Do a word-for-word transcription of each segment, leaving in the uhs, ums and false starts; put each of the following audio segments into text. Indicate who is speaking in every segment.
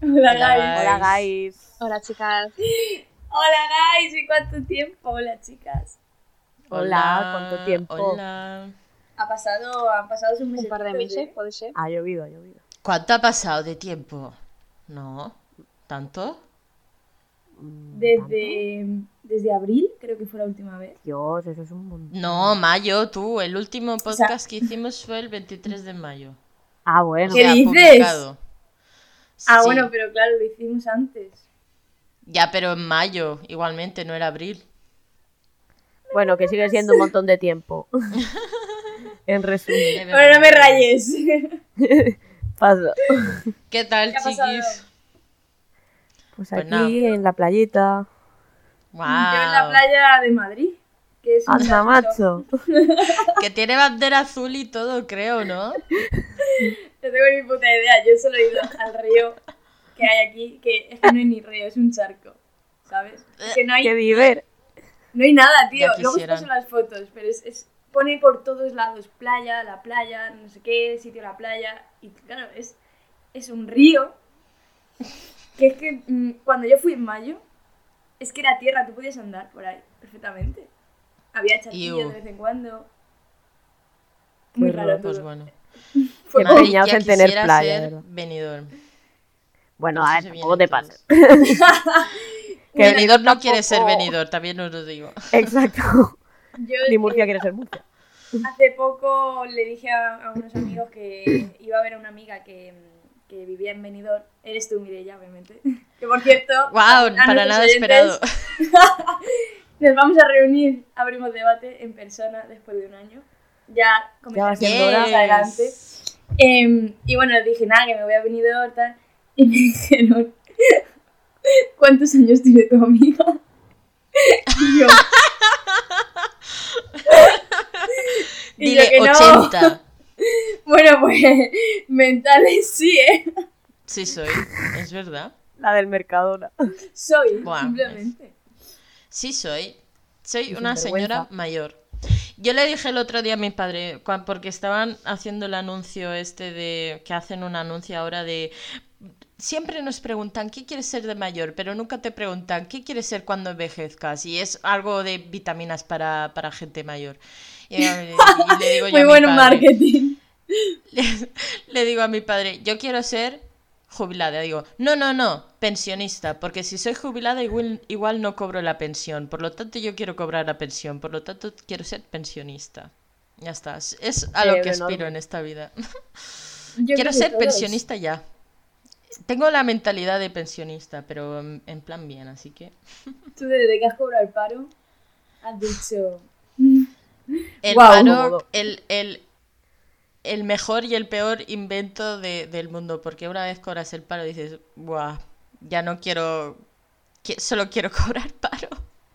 Speaker 1: Hola,
Speaker 2: Hola,
Speaker 1: guys.
Speaker 3: Hola, guys.
Speaker 4: Hola, chicas.
Speaker 1: Hola, guys. ¿Y cuánto tiempo? Hola, chicas.
Speaker 3: Hola, ¿cuánto tiempo?
Speaker 2: Hola.
Speaker 1: Ha pasado, han pasado un,
Speaker 4: Un par de meses, puede ser.
Speaker 3: Ha llovido, ha llovido.
Speaker 2: ¿Cuánto ha pasado de tiempo? No, ¿tanto?
Speaker 3: Mm,
Speaker 1: Desde, desde abril, creo que fue la última vez.
Speaker 3: ¿tanto? Dios, eso es un montón.
Speaker 2: No, mayo, tú. El último podcast que hicimos fue el veintitrés de mayo.
Speaker 3: Ah, bueno.
Speaker 2: O
Speaker 1: ¿Qué
Speaker 2: sea,
Speaker 1: dices?
Speaker 2: publicado.
Speaker 1: Ah,
Speaker 2: Sí.
Speaker 1: bueno, pero claro, lo hicimos antes.
Speaker 2: Ya, pero en mayo, igualmente, no era abril.
Speaker 3: Bueno, que sigue siendo un montón de tiempo. En resumen.
Speaker 2: De
Speaker 1: Pero no me
Speaker 2: verdad.
Speaker 1: rayes.
Speaker 3: Paso.
Speaker 2: ¿Qué tal,
Speaker 1: ¿Qué ha pasado?
Speaker 2: chiquis?
Speaker 3: Pues
Speaker 2: Pues
Speaker 3: aquí,
Speaker 2: nada.
Speaker 3: en la playita.
Speaker 2: Wow.
Speaker 1: Yo en la playa de Madrid. Que es un
Speaker 3: Anda,
Speaker 1: charquito.
Speaker 3: macho.
Speaker 2: Que tiene bandera azul y todo, creo, ¿no?
Speaker 1: No tengo ni puta idea. Yo solo he ido al río que hay aquí, que es que no hay ni río, es un charco. ¿Sabes? Es que no hay,
Speaker 3: ¡Qué diver!
Speaker 1: no hay nada, tío.
Speaker 2: Ya
Speaker 1: Luego os
Speaker 2: quisieran.
Speaker 1: paso las fotos, pero es, es pone por todos lados playa, la playa, no sé qué, sitio la playa. Y claro, es, es un río que es que mm, cuando yo fui en mayo, es que era tierra, tú podías andar por ahí perfectamente. Había charquillos
Speaker 2: Iu.
Speaker 1: de vez en cuando. Muy
Speaker 3: Qué
Speaker 1: raro
Speaker 3: horror,
Speaker 1: todo.
Speaker 2: Pues bueno.
Speaker 1: Fue
Speaker 3: Qué
Speaker 1: como-
Speaker 2: Madrid
Speaker 3: empeñados
Speaker 2: ya
Speaker 3: en tener
Speaker 2: quisiera
Speaker 3: playa,
Speaker 2: ser
Speaker 3: ¿verdad?
Speaker 2: Benidorm.
Speaker 3: Bueno,
Speaker 2: Por
Speaker 3: a
Speaker 2: eso
Speaker 3: ver,
Speaker 2: se
Speaker 3: tampoco
Speaker 2: vienen
Speaker 3: te pases. Que
Speaker 2: Benidorm no
Speaker 3: tampoco-
Speaker 2: quiere ser Benidorm, también os lo digo.
Speaker 3: Exacto.
Speaker 1: yo,
Speaker 3: Ni Murcia
Speaker 1: eh,
Speaker 3: quiere ser Murcia.
Speaker 1: Hace poco le dije a, a unos amigos que iba a ver a una amiga que, que vivía en Benidorm. Eres tú, Mireia, obviamente. Que por cierto,
Speaker 2: Wow,
Speaker 1: a- a
Speaker 2: para
Speaker 1: nuestros
Speaker 2: nada
Speaker 1: oyentes,
Speaker 2: esperado.
Speaker 1: nos vamos a reunir, abrimos debate en persona después de un año. Ya
Speaker 3: Ya va
Speaker 1: comentaremos
Speaker 3: siendo
Speaker 1: más
Speaker 3: hora.
Speaker 1: adelante. Em, y bueno, les dije, nada, que me voy a Benidorm, tal. Y me dijeron, ¿cuántos años tiene tu amiga? Y yo, y yo
Speaker 2: Dile
Speaker 1: que no.
Speaker 2: ochenta.
Speaker 1: Bueno, pues mentales sí, ¿eh?
Speaker 2: Sí soy, es verdad.
Speaker 3: La del Mercadona.
Speaker 1: Soy,
Speaker 2: Buah,
Speaker 1: simplemente.
Speaker 2: Sí soy. Soy
Speaker 3: Y
Speaker 2: una
Speaker 3: sinvergüenza.
Speaker 2: señora mayor. Yo le dije el otro día a mi padre, cua- porque estaban haciendo el anuncio este de... que hacen un anuncio ahora de... Siempre nos preguntan qué quieres ser de mayor, pero nunca te preguntan qué quieres ser cuando envejezcas. Y es algo de vitaminas para, para gente mayor. Y, y le digo yo
Speaker 1: Muy
Speaker 2: a mi
Speaker 1: bueno
Speaker 2: padre,
Speaker 1: marketing.
Speaker 2: Le, le digo a mi padre, yo quiero ser jubilada. Digo, no, no, no, pensionista, porque si soy jubilada igual, igual no cobro la pensión. Por lo tanto, yo quiero cobrar la pensión. Por lo tanto, quiero ser pensionista. Ya está. Es- Es a lo que
Speaker 3: Cerebro
Speaker 2: aspiro
Speaker 3: enorme.
Speaker 2: en esta vida.
Speaker 1: Yo
Speaker 2: Quiero
Speaker 1: creo que
Speaker 2: ser
Speaker 1: todos.
Speaker 2: pensionista ya. Tengo la mentalidad de pensionista, pero en, en plan bien, así que...
Speaker 1: Tú desde que has cobrado el paro, has dicho...
Speaker 2: El
Speaker 1: Guau.
Speaker 2: paro, el, el, el mejor y el peor invento de- del mundo, porque una vez cobras el paro dices, buah, ya no quiero, qui- solo quiero cobrar paro.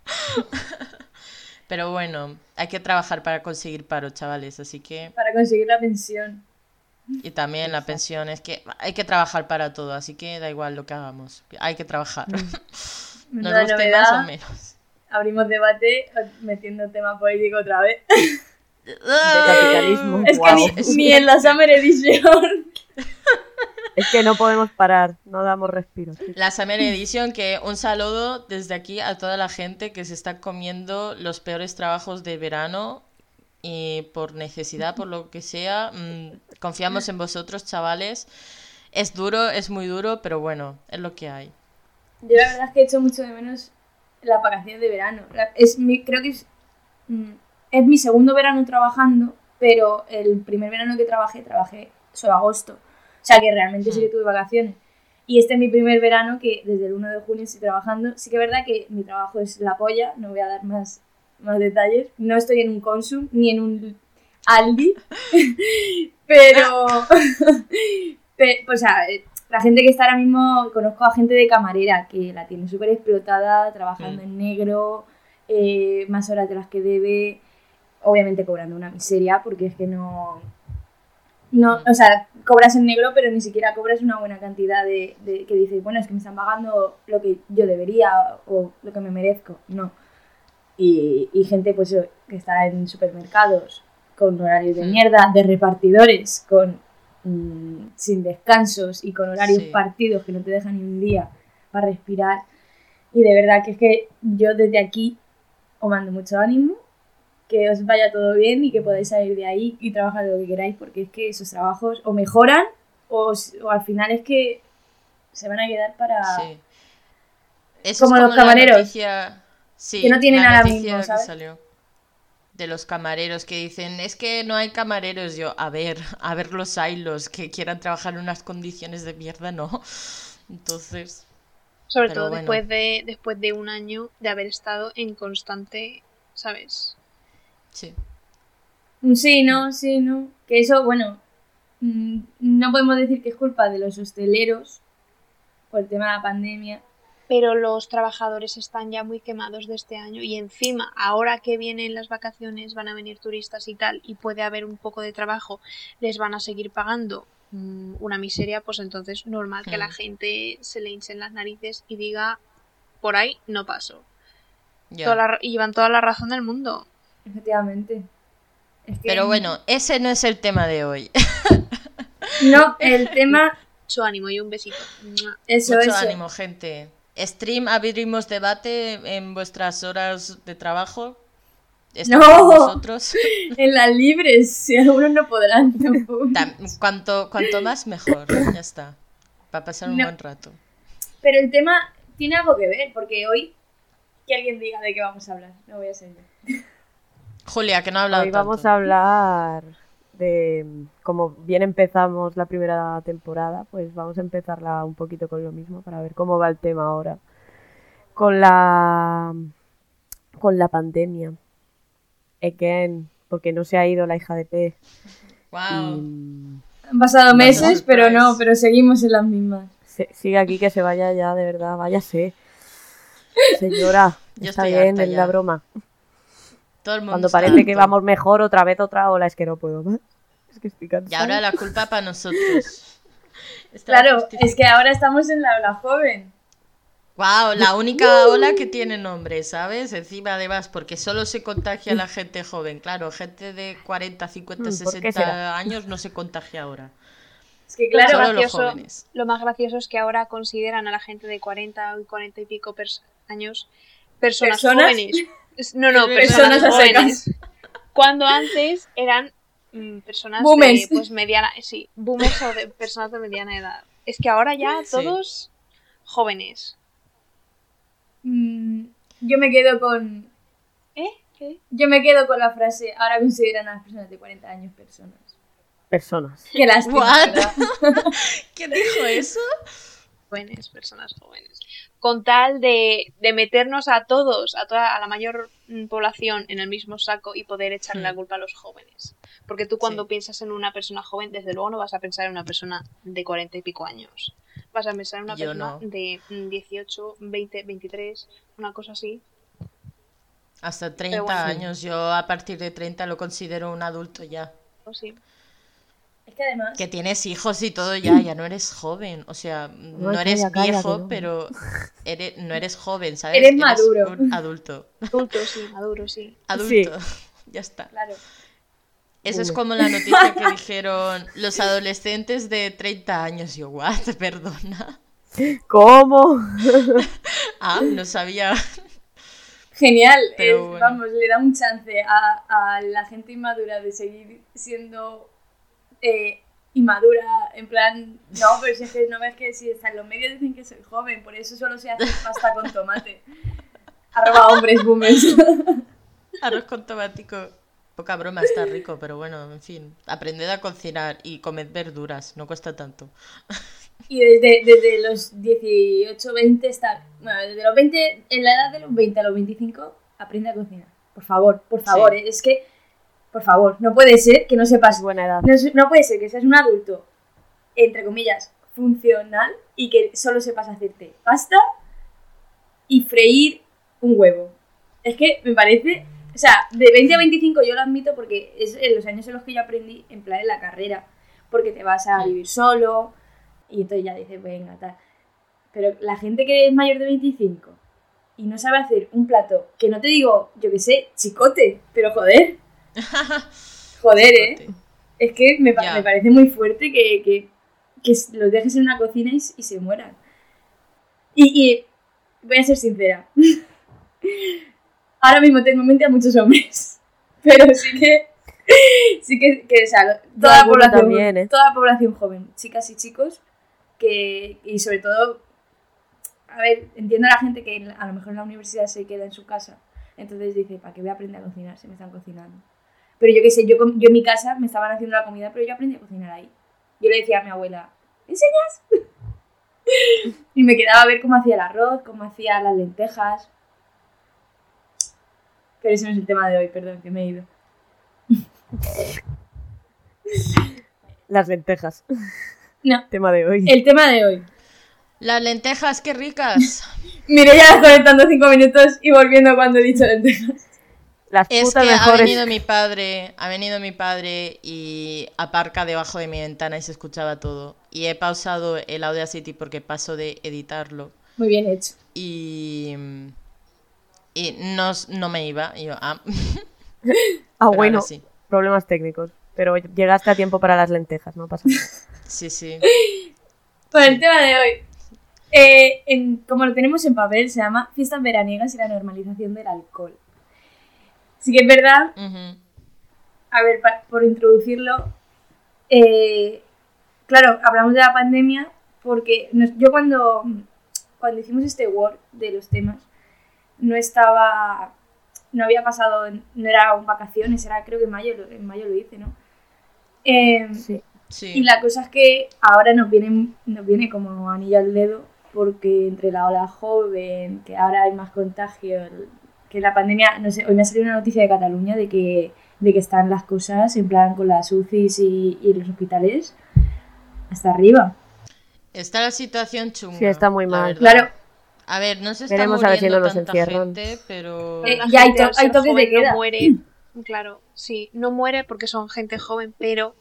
Speaker 2: Pero bueno, hay que trabajar para conseguir paro, chavales, así que...
Speaker 1: Para conseguir la pensión.
Speaker 2: Y también la pensión, es que hay que trabajar para todo, así que da igual lo que hagamos, hay que trabajar. Nos
Speaker 1: Menuda
Speaker 2: guste
Speaker 1: novedad.
Speaker 2: más o menos.
Speaker 1: Abrimos debate metiendo tema político otra vez.
Speaker 3: De capitalismo.
Speaker 1: Es
Speaker 3: Guau.
Speaker 1: que ni, ni en la Summer Edition.
Speaker 3: Es que no podemos parar. No damos respiro. chicos.
Speaker 2: La Summer Edition, que un saludo desde aquí a toda la gente que se está comiendo los peores trabajos de verano y por necesidad, por lo que sea, mmm, confiamos en vosotros, chavales. Es duro, es muy duro, pero bueno, es lo que hay.
Speaker 1: Yo la verdad es que he hecho mucho de menos las vacaciones de verano. La- Es mi, creo que es, mm, es mi segundo verano trabajando, pero el primer verano que trabajé, trabajé solo agosto. O sea que realmente sí que tuve vacaciones. Y este es mi primer verano que desde el uno de junio estoy trabajando. Sí que es verdad que mi trabajo es la polla, no voy a dar más, más detalles. No estoy en un Consum ni en un Aldi, pero... pe- o sea, eh, la gente que está ahora mismo, conozco a gente de camarera que la tiene súper explotada, trabajando
Speaker 2: Mm.
Speaker 1: en negro, eh, más horas de las que debe, obviamente cobrando una miseria, porque es que no... No, o sea, cobras en negro, pero ni siquiera cobras una buena cantidad de, de que dices, bueno, es que me están pagando lo que yo debería o lo que me merezco. No. Y, y gente pues que está en supermercados con horarios de
Speaker 2: Mm.
Speaker 1: mierda, de repartidores, con mmm, sin descansos y con horarios
Speaker 2: Sí.
Speaker 1: partidos que no te dejan ni un día para respirar. Y de verdad que es que yo desde aquí os mando mucho ánimo, que os vaya todo bien y que podáis salir de ahí y trabajar de lo que queráis, porque es que esos trabajos o mejoran o, o al final es que se van a quedar para...
Speaker 2: Sí. Eso
Speaker 1: Como
Speaker 2: es
Speaker 1: los
Speaker 2: como la
Speaker 1: camareros,
Speaker 2: noticia, sí,
Speaker 1: que no tienen
Speaker 2: la
Speaker 1: ahora
Speaker 2: noticia
Speaker 1: mismo,
Speaker 2: que
Speaker 1: ¿sabes?
Speaker 2: salió de los camareros que dicen, es que no hay camareros. Yo, a ver, a ver los hay, los que quieran trabajar en unas condiciones de mierda, no. Entonces,
Speaker 4: Sobre
Speaker 2: pero
Speaker 4: todo
Speaker 2: bueno.
Speaker 4: después de después de un año de haber estado en constante, ¿sabes?
Speaker 2: Sí.
Speaker 1: Un sí, no, sí, no. Que eso, bueno, mm, no podemos decir que es culpa de los hosteleros por el tema de la pandemia.
Speaker 4: Pero los trabajadores están ya muy quemados de este año y encima, ahora que vienen las vacaciones, van a venir turistas y tal, y puede haber un poco de trabajo, les van a seguir pagando mmm, una miseria, pues entonces normal que
Speaker 2: Hmm.
Speaker 4: la gente se le hinchen las narices y diga, por ahí no paso.
Speaker 2: Ya.
Speaker 4: Toda la- y llevan toda la razón del mundo.
Speaker 1: Efectivamente. Es que
Speaker 2: Pero bueno, ese no es el tema de hoy.
Speaker 1: no, el tema,
Speaker 4: Mucho ánimo y un besito. ¡Mua!
Speaker 1: eso,
Speaker 2: Mucho
Speaker 1: eso.
Speaker 2: ánimo, gente. Stream, abrimos debate en vuestras horas de trabajo. Estamos
Speaker 1: No.
Speaker 2: con vosotros.
Speaker 1: En las libres, si algunos no podrán tampoco.
Speaker 2: Tam- Cuanto, cuanto más, mejor. Ya está. Para pasar un
Speaker 1: No.
Speaker 2: buen rato.
Speaker 1: Pero el tema tiene algo que ver, porque hoy que alguien diga de qué vamos a hablar, no voy a ser yo.
Speaker 2: Julia, que no ha hablado
Speaker 3: Hoy vamos
Speaker 2: tanto.
Speaker 3: a hablar de, como bien empezamos la primera temporada, pues vamos a empezarla un poquito con lo mismo para ver cómo va el tema ahora. Con la, con la pandemia. Again, porque no se ha ido la hija de P.
Speaker 2: Wow.
Speaker 3: Y
Speaker 1: Han pasado
Speaker 2: That's a
Speaker 1: meses, pero no,
Speaker 2: surprise.
Speaker 1: pero seguimos en las mismas.
Speaker 3: se- sigue aquí que se vaya ya, de verdad, váyase. Señora,
Speaker 2: Yo
Speaker 3: está
Speaker 2: estoy
Speaker 3: bien,
Speaker 2: harta
Speaker 3: es
Speaker 2: ya.
Speaker 3: la broma.
Speaker 2: Todo el mundo
Speaker 3: Cuando
Speaker 2: está
Speaker 3: parece que
Speaker 2: harto.
Speaker 3: vamos mejor, otra vez otra ola, es que no puedo más. Es que estoy
Speaker 2: Y
Speaker 3: cansada.
Speaker 2: ahora la culpa para nosotros. Está
Speaker 1: Claro,
Speaker 2: justificado.
Speaker 1: es que ahora estamos en la ola joven.
Speaker 2: Wow, la única ola que tiene nombre, ¿sabes? Encima además, porque solo se contagia la gente joven. Claro, gente de cuarenta, cincuenta,
Speaker 3: Hmm, ¿por qué
Speaker 2: sesenta
Speaker 3: será?
Speaker 2: años no se contagia ahora.
Speaker 1: Es que
Speaker 4: Lo
Speaker 1: claro,
Speaker 4: más
Speaker 2: Solo los
Speaker 4: gracioso-
Speaker 2: jóvenes.
Speaker 4: Lo más gracioso es que ahora consideran a la gente de cuarenta y cuarenta y pico pers- años personas,
Speaker 1: ¿Personas?
Speaker 4: jóvenes. Es- No, no,
Speaker 2: Personas
Speaker 4: personas,
Speaker 1: a
Speaker 4: jóvenes. Cuando antes eran mm, personas
Speaker 1: Boomers.
Speaker 4: de pues mediana, sí, boomers o de personas de mediana edad. Es que ahora ya
Speaker 2: Sí.
Speaker 4: todos jóvenes.
Speaker 1: mm, yo me quedo con
Speaker 4: ¿Eh? ¿Qué?
Speaker 1: yo me quedo con la frase, ahora consideran a las personas de cuarenta años personas.
Speaker 3: Personas.
Speaker 1: Qué lástima,
Speaker 2: What?
Speaker 1: ¿verdad?
Speaker 2: ¿Quién dijo eso?
Speaker 4: Jóvenes, personas jóvenes. Con tal de, de meternos a todos, a toda a la mayor mm, población en el mismo saco y poder echarle
Speaker 2: Hmm.
Speaker 4: la culpa a los jóvenes. Porque tú cuando
Speaker 2: Sí.
Speaker 4: piensas en una persona joven, desde luego no vas a pensar en una persona de cuarenta y pico años. Vas a pensar en una
Speaker 2: Yo
Speaker 4: persona
Speaker 2: no.
Speaker 4: de mm, dieciocho, veinte, veintitrés, una cosa así.
Speaker 2: Hasta treinta
Speaker 4: bueno.
Speaker 2: años. Yo a partir de treinta lo considero un adulto ya.
Speaker 4: O sí.
Speaker 1: Es que además,
Speaker 2: Que tienes hijos y todo ya, ya no eres joven. O sea, no
Speaker 3: Ay,
Speaker 2: eres
Speaker 3: calla, calla,
Speaker 2: viejo,
Speaker 3: que no.
Speaker 2: pero eres, no eres joven, ¿sabes?
Speaker 1: Eres maduro.
Speaker 2: un adulto.
Speaker 4: Adulto, sí, maduro, sí.
Speaker 2: Adulto. Ya está.
Speaker 1: claro,
Speaker 2: Eso es
Speaker 3: Boomer.
Speaker 2: como la noticia que dijeron los adolescentes de treinta años. Yo, what? Perdona.
Speaker 3: ¿Cómo?
Speaker 2: Ah, no sabía.
Speaker 1: genial,
Speaker 2: Pero
Speaker 1: es-
Speaker 2: bueno.
Speaker 1: vamos, le da un chance a, a la gente inmadura de seguir siendo eh, inmadura, en plan, no, pero si es que no ves que si está en los medios dicen que soy joven, por eso solo se hace pasta con tomate. Arroba hombres boomers.
Speaker 2: Arroz con tomatico. Poca broma, está rico, pero bueno, en fin. Aprended a cocinar y comed verduras, no cuesta tanto.
Speaker 1: Y desde, desde los dieciocho, veinte está, bueno, desde los veinte, en la edad de los veinte a los veinticinco, aprende a cocinar. Por favor, por favor,
Speaker 2: Sí.
Speaker 1: eh, es que, por favor, no puede ser que no sepas,
Speaker 3: Es buena edad.
Speaker 1: no, es- no puede ser que seas un adulto, entre comillas, funcional y que solo sepas hacerte pasta y freír un huevo. Es que me parece, o sea, de veinte a veinticinco yo lo admito porque es en los años en los que yo aprendí, en plan en la carrera, porque te vas a
Speaker 2: Sí.
Speaker 1: vivir solo y entonces ya dices, venga, tal. Pero la gente que es mayor de veinticinco y no sabe hacer un plato, que no te digo, yo qué sé, chicote, pero joder, joder, ¿eh?
Speaker 2: Chicote.
Speaker 1: Es que me, pa-
Speaker 2: Ya.
Speaker 1: me parece muy fuerte que, que, que los dejes en una cocina y, s- y se mueran. Y, y voy a ser sincera. Ahora mismo tengo en mente a muchos hombres. Pero sí que... Sí que, que o sea, lo- toda, la
Speaker 3: alguno
Speaker 1: población,
Speaker 3: también, ¿eh?
Speaker 1: toda la población joven, chicas y chicos, que y sobre todo, a ver, entiendo a la gente que a lo mejor en la universidad se queda en su casa, entonces dice, ¿para qué voy a aprender a cocinar? Se me están cocinando. Pero yo qué sé, yo, com- yo en mi casa me estaban haciendo la comida, pero yo aprendí a cocinar ahí. Yo le decía a mi abuela, ¿me enseñas? Y me quedaba a ver cómo hacía el arroz, cómo hacía las lentejas. Pero ese no es el tema de hoy, perdón, que me he ido.
Speaker 3: Las lentejas.
Speaker 1: No,
Speaker 3: Tema de hoy.
Speaker 1: el tema de hoy.
Speaker 2: Las lentejas, qué ricas.
Speaker 1: Miré ya desconectando cinco minutos y volviendo cuando he dicho lentejas.
Speaker 3: Las
Speaker 2: Es
Speaker 3: putas
Speaker 2: que ha
Speaker 3: mejores.
Speaker 2: venido mi padre, ha venido mi padre y aparca debajo de mi ventana y se escuchaba todo. Y he pausado el Audacity porque paso de editarlo.
Speaker 1: Muy bien hecho.
Speaker 2: Y, y no, s- no me iba. Y yo, ah,
Speaker 3: Ah,
Speaker 2: pero
Speaker 3: bueno,
Speaker 2: ahora sí.
Speaker 3: problemas técnicos. Pero llegaste a tiempo para las lentejas, no pasa nada.
Speaker 2: Sí, sí.
Speaker 1: Bueno, el tema de hoy. Eh, en- como lo tenemos en papel, se llama Fiestas veraniegas y la normalización del alcohol. Sí que es verdad,
Speaker 2: Ujú.
Speaker 1: a ver, pa- por introducirlo, eh, claro, hablamos de la pandemia porque nos- yo cuando, cuando hicimos este Word de los temas, no estaba, no había pasado, no era un vacaciones, era creo que en mayo, lo- en mayo lo hice, ¿no? Em,
Speaker 3: Sí.
Speaker 2: Sí.
Speaker 1: Y la cosa es que ahora nos viene, nos viene como anillo al dedo porque entre la ola joven, que ahora hay más contagios, que la pandemia, no sé, hoy me ha salido una noticia de Cataluña de que, de que están las cosas en plan con las U C Is y, y los hospitales hasta arriba.
Speaker 2: Está la situación chunga.
Speaker 3: Sí, está muy
Speaker 2: la
Speaker 3: mal.
Speaker 2: verdad.
Speaker 1: Claro,
Speaker 2: A ver, no se está
Speaker 3: Veremos a ver si
Speaker 2: muriendo
Speaker 3: no nos
Speaker 2: tanta
Speaker 3: encierran.
Speaker 2: gente, pero...
Speaker 1: Eh,
Speaker 4: La
Speaker 1: ya hay
Speaker 4: gente
Speaker 1: to-
Speaker 4: al
Speaker 1: hay
Speaker 4: ser
Speaker 1: toques de
Speaker 4: joven
Speaker 1: queda.
Speaker 4: No muere, claro, sí, no muere porque son gente joven, pero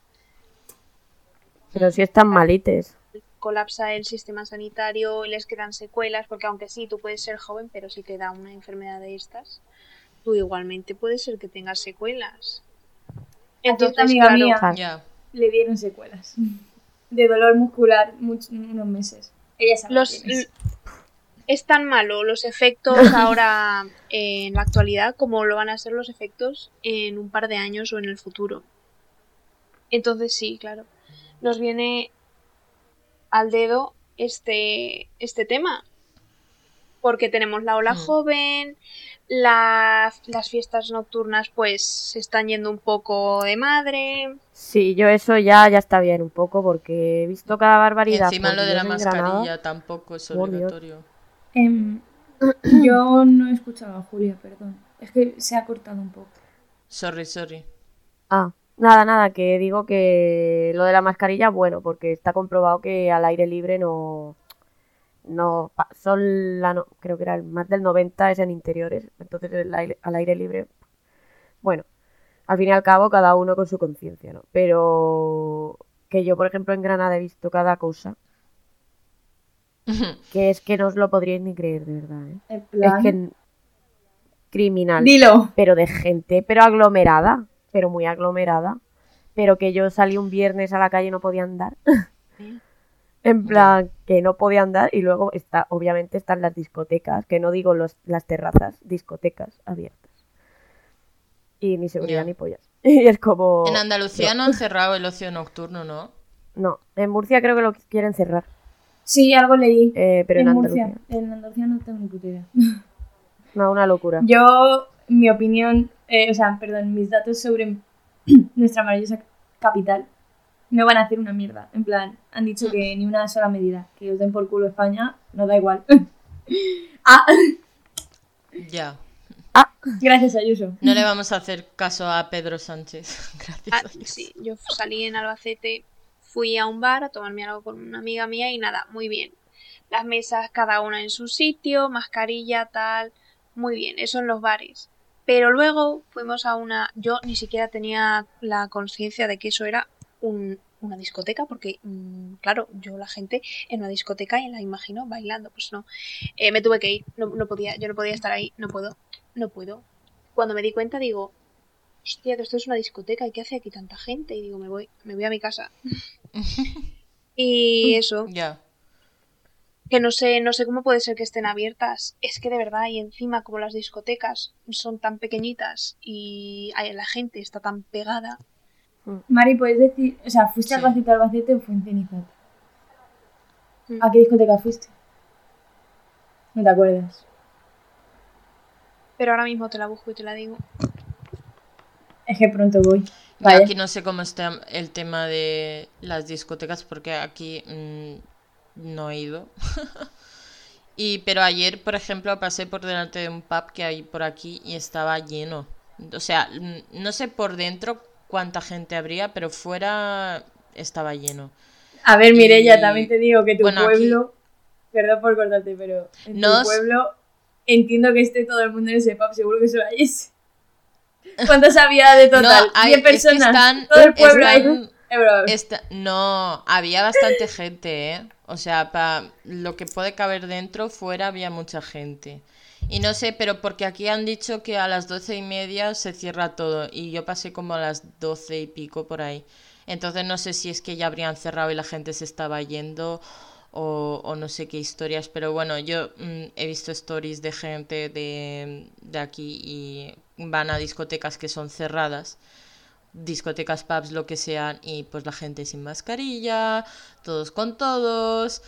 Speaker 3: Pero si están malites.
Speaker 4: colapsa el sistema sanitario y les quedan secuelas, porque aunque sí, tú puedes ser joven, pero si te da una enfermedad de estas, tú igualmente puede ser que tengas secuelas.
Speaker 1: entonces,
Speaker 4: Entonces,
Speaker 1: amiga
Speaker 4: claro,
Speaker 1: mía
Speaker 3: Claro.
Speaker 2: Ya.
Speaker 1: le dieron secuelas de dolor muscular much- unos meses. Ella sabe
Speaker 4: los,
Speaker 1: quién es.
Speaker 4: l- es tan malo los efectos ahora eh, en la actualidad como lo van a ser los efectos en un par de años o en el futuro. Entonces sí, claro, nos viene al dedo este, este tema, porque tenemos la ola
Speaker 2: Hmm.
Speaker 4: joven, la- las fiestas nocturnas pues se están yendo un poco de madre.
Speaker 3: Sí, yo eso ya, ya está bien un poco porque he visto cada barbaridad.
Speaker 2: Encima
Speaker 3: por
Speaker 2: lo de la
Speaker 3: Dios, en Granada.
Speaker 2: mascarilla tampoco es
Speaker 3: Por Dios.
Speaker 2: obligatorio.
Speaker 1: Em, yo no he escuchado a Julia, perdón. Es que se ha cortado un poco.
Speaker 2: Sorry, sorry.
Speaker 3: Ah, nada, nada, que digo que lo de la mascarilla, bueno, porque está comprobado que al aire libre no... no pa- son la no- creo que era el más del noventa es en interiores, entonces el aire- al aire libre, bueno, al fin y al cabo cada uno con su conciencia, ¿no? Pero que yo, por ejemplo, en Granada he visto cada cosa que es que no os lo podríais ni creer, de verdad, ¿eh?
Speaker 1: En
Speaker 3: Es
Speaker 1: plan,
Speaker 3: que n- criminal,
Speaker 1: dilo.
Speaker 3: pero de gente, pero aglomerada, pero muy aglomerada, pero que yo salí un viernes a la calle y no podía andar. En plan, que no podía andar y luego está, obviamente están las discotecas, que no digo los, las terrazas, discotecas abiertas. Y ni seguridad
Speaker 2: Ya.
Speaker 3: ni pollas. Y es como...
Speaker 2: En Andalucía no han cerrado el ocio nocturno, ¿no?
Speaker 3: No, en Murcia creo que lo quieren cerrar,
Speaker 1: Sí, algo leí.
Speaker 3: eh, pero en,
Speaker 1: en
Speaker 3: Andalucía.
Speaker 1: Murcia. En Andalucía no tengo ni puta idea.
Speaker 3: No, una locura.
Speaker 1: Yo, mi opinión, eh, o sea, perdón, mis datos sobre nuestra maravillosa capital no van a hacer una mierda. En plan, han dicho que ni una sola medida. Que os den por culo España, nos da igual. Ah,
Speaker 2: Ya.
Speaker 1: gracias, Ayuso.
Speaker 2: No le vamos a hacer caso a Pedro Sánchez. Gracias
Speaker 4: Ah,
Speaker 2: a Dios.
Speaker 4: sí, yo salí en Albacete, fui a un bar a tomarme algo con una amiga mía y nada, muy bien. Las mesas cada una en su sitio, mascarilla, tal, muy bien, eso en los bares. Pero luego fuimos a una... Yo ni siquiera tenía la conciencia de que eso era un- una discoteca, porque, mmm, claro, yo la gente en una discoteca y la imagino bailando, pues no. Eh, me tuve que ir, no, no podía, yo no podía estar ahí, no puedo, no puedo. Cuando me di cuenta digo, hostia, que esto es una discoteca, ¿y qué hace aquí tanta gente? Y digo, me voy, me voy a mi casa. Y eso,
Speaker 2: Ya.
Speaker 4: que no sé, no sé cómo puede ser que estén abiertas. Es que de verdad, y encima como las discotecas son tan pequeñitas y ay, la gente está tan pegada.
Speaker 1: Mari, ¿puedes decir, o sea, fuiste
Speaker 2: Sí.
Speaker 1: al Albacete, Albacete o fue en Cenizate?
Speaker 4: Mm.
Speaker 1: ¿A qué discoteca fuiste? No te acuerdas.
Speaker 4: Pero ahora mismo te la busco y te la digo.
Speaker 1: Es que pronto voy.
Speaker 2: Yo
Speaker 1: Vaya.
Speaker 2: aquí no sé cómo está el tema de las discotecas porque aquí mm, no he ido. Y pero ayer, por ejemplo, pasé por delante de un pub que hay por aquí y estaba lleno. O sea, mm, no sé por dentro cuánta gente habría, pero fuera estaba lleno.
Speaker 1: A ver, Mireia,
Speaker 2: Y-
Speaker 1: también te digo que tu
Speaker 2: bueno, aquí-
Speaker 1: pueblo... Perdón por cortarte, pero en
Speaker 2: No
Speaker 1: tu
Speaker 2: os-
Speaker 1: pueblo entiendo que esté todo el mundo en ese pub, seguro que solo hay ese. ¿Cuántos había de total?
Speaker 2: No, hay-
Speaker 1: ¿diez
Speaker 2: es que
Speaker 1: personas?
Speaker 2: están-
Speaker 1: todo el pueblo ahí.
Speaker 2: están-
Speaker 1: Es broma.
Speaker 2: Esta- no, había bastante gente, ¿eh? O sea, para lo que puede caber dentro, fuera había mucha gente. Y no sé, pero porque aquí han dicho que a las doce y media se cierra todo. Y yo pasé como a las doce y pico por ahí. Entonces no sé si es que ya habrían cerrado y la gente se estaba yendo o, o no sé qué historias. Pero bueno, yo mm, he visto stories de gente de, de aquí y van a discotecas que son cerradas. Discotecas, pubs, lo que sean, y pues la gente sin mascarilla, todos con todos.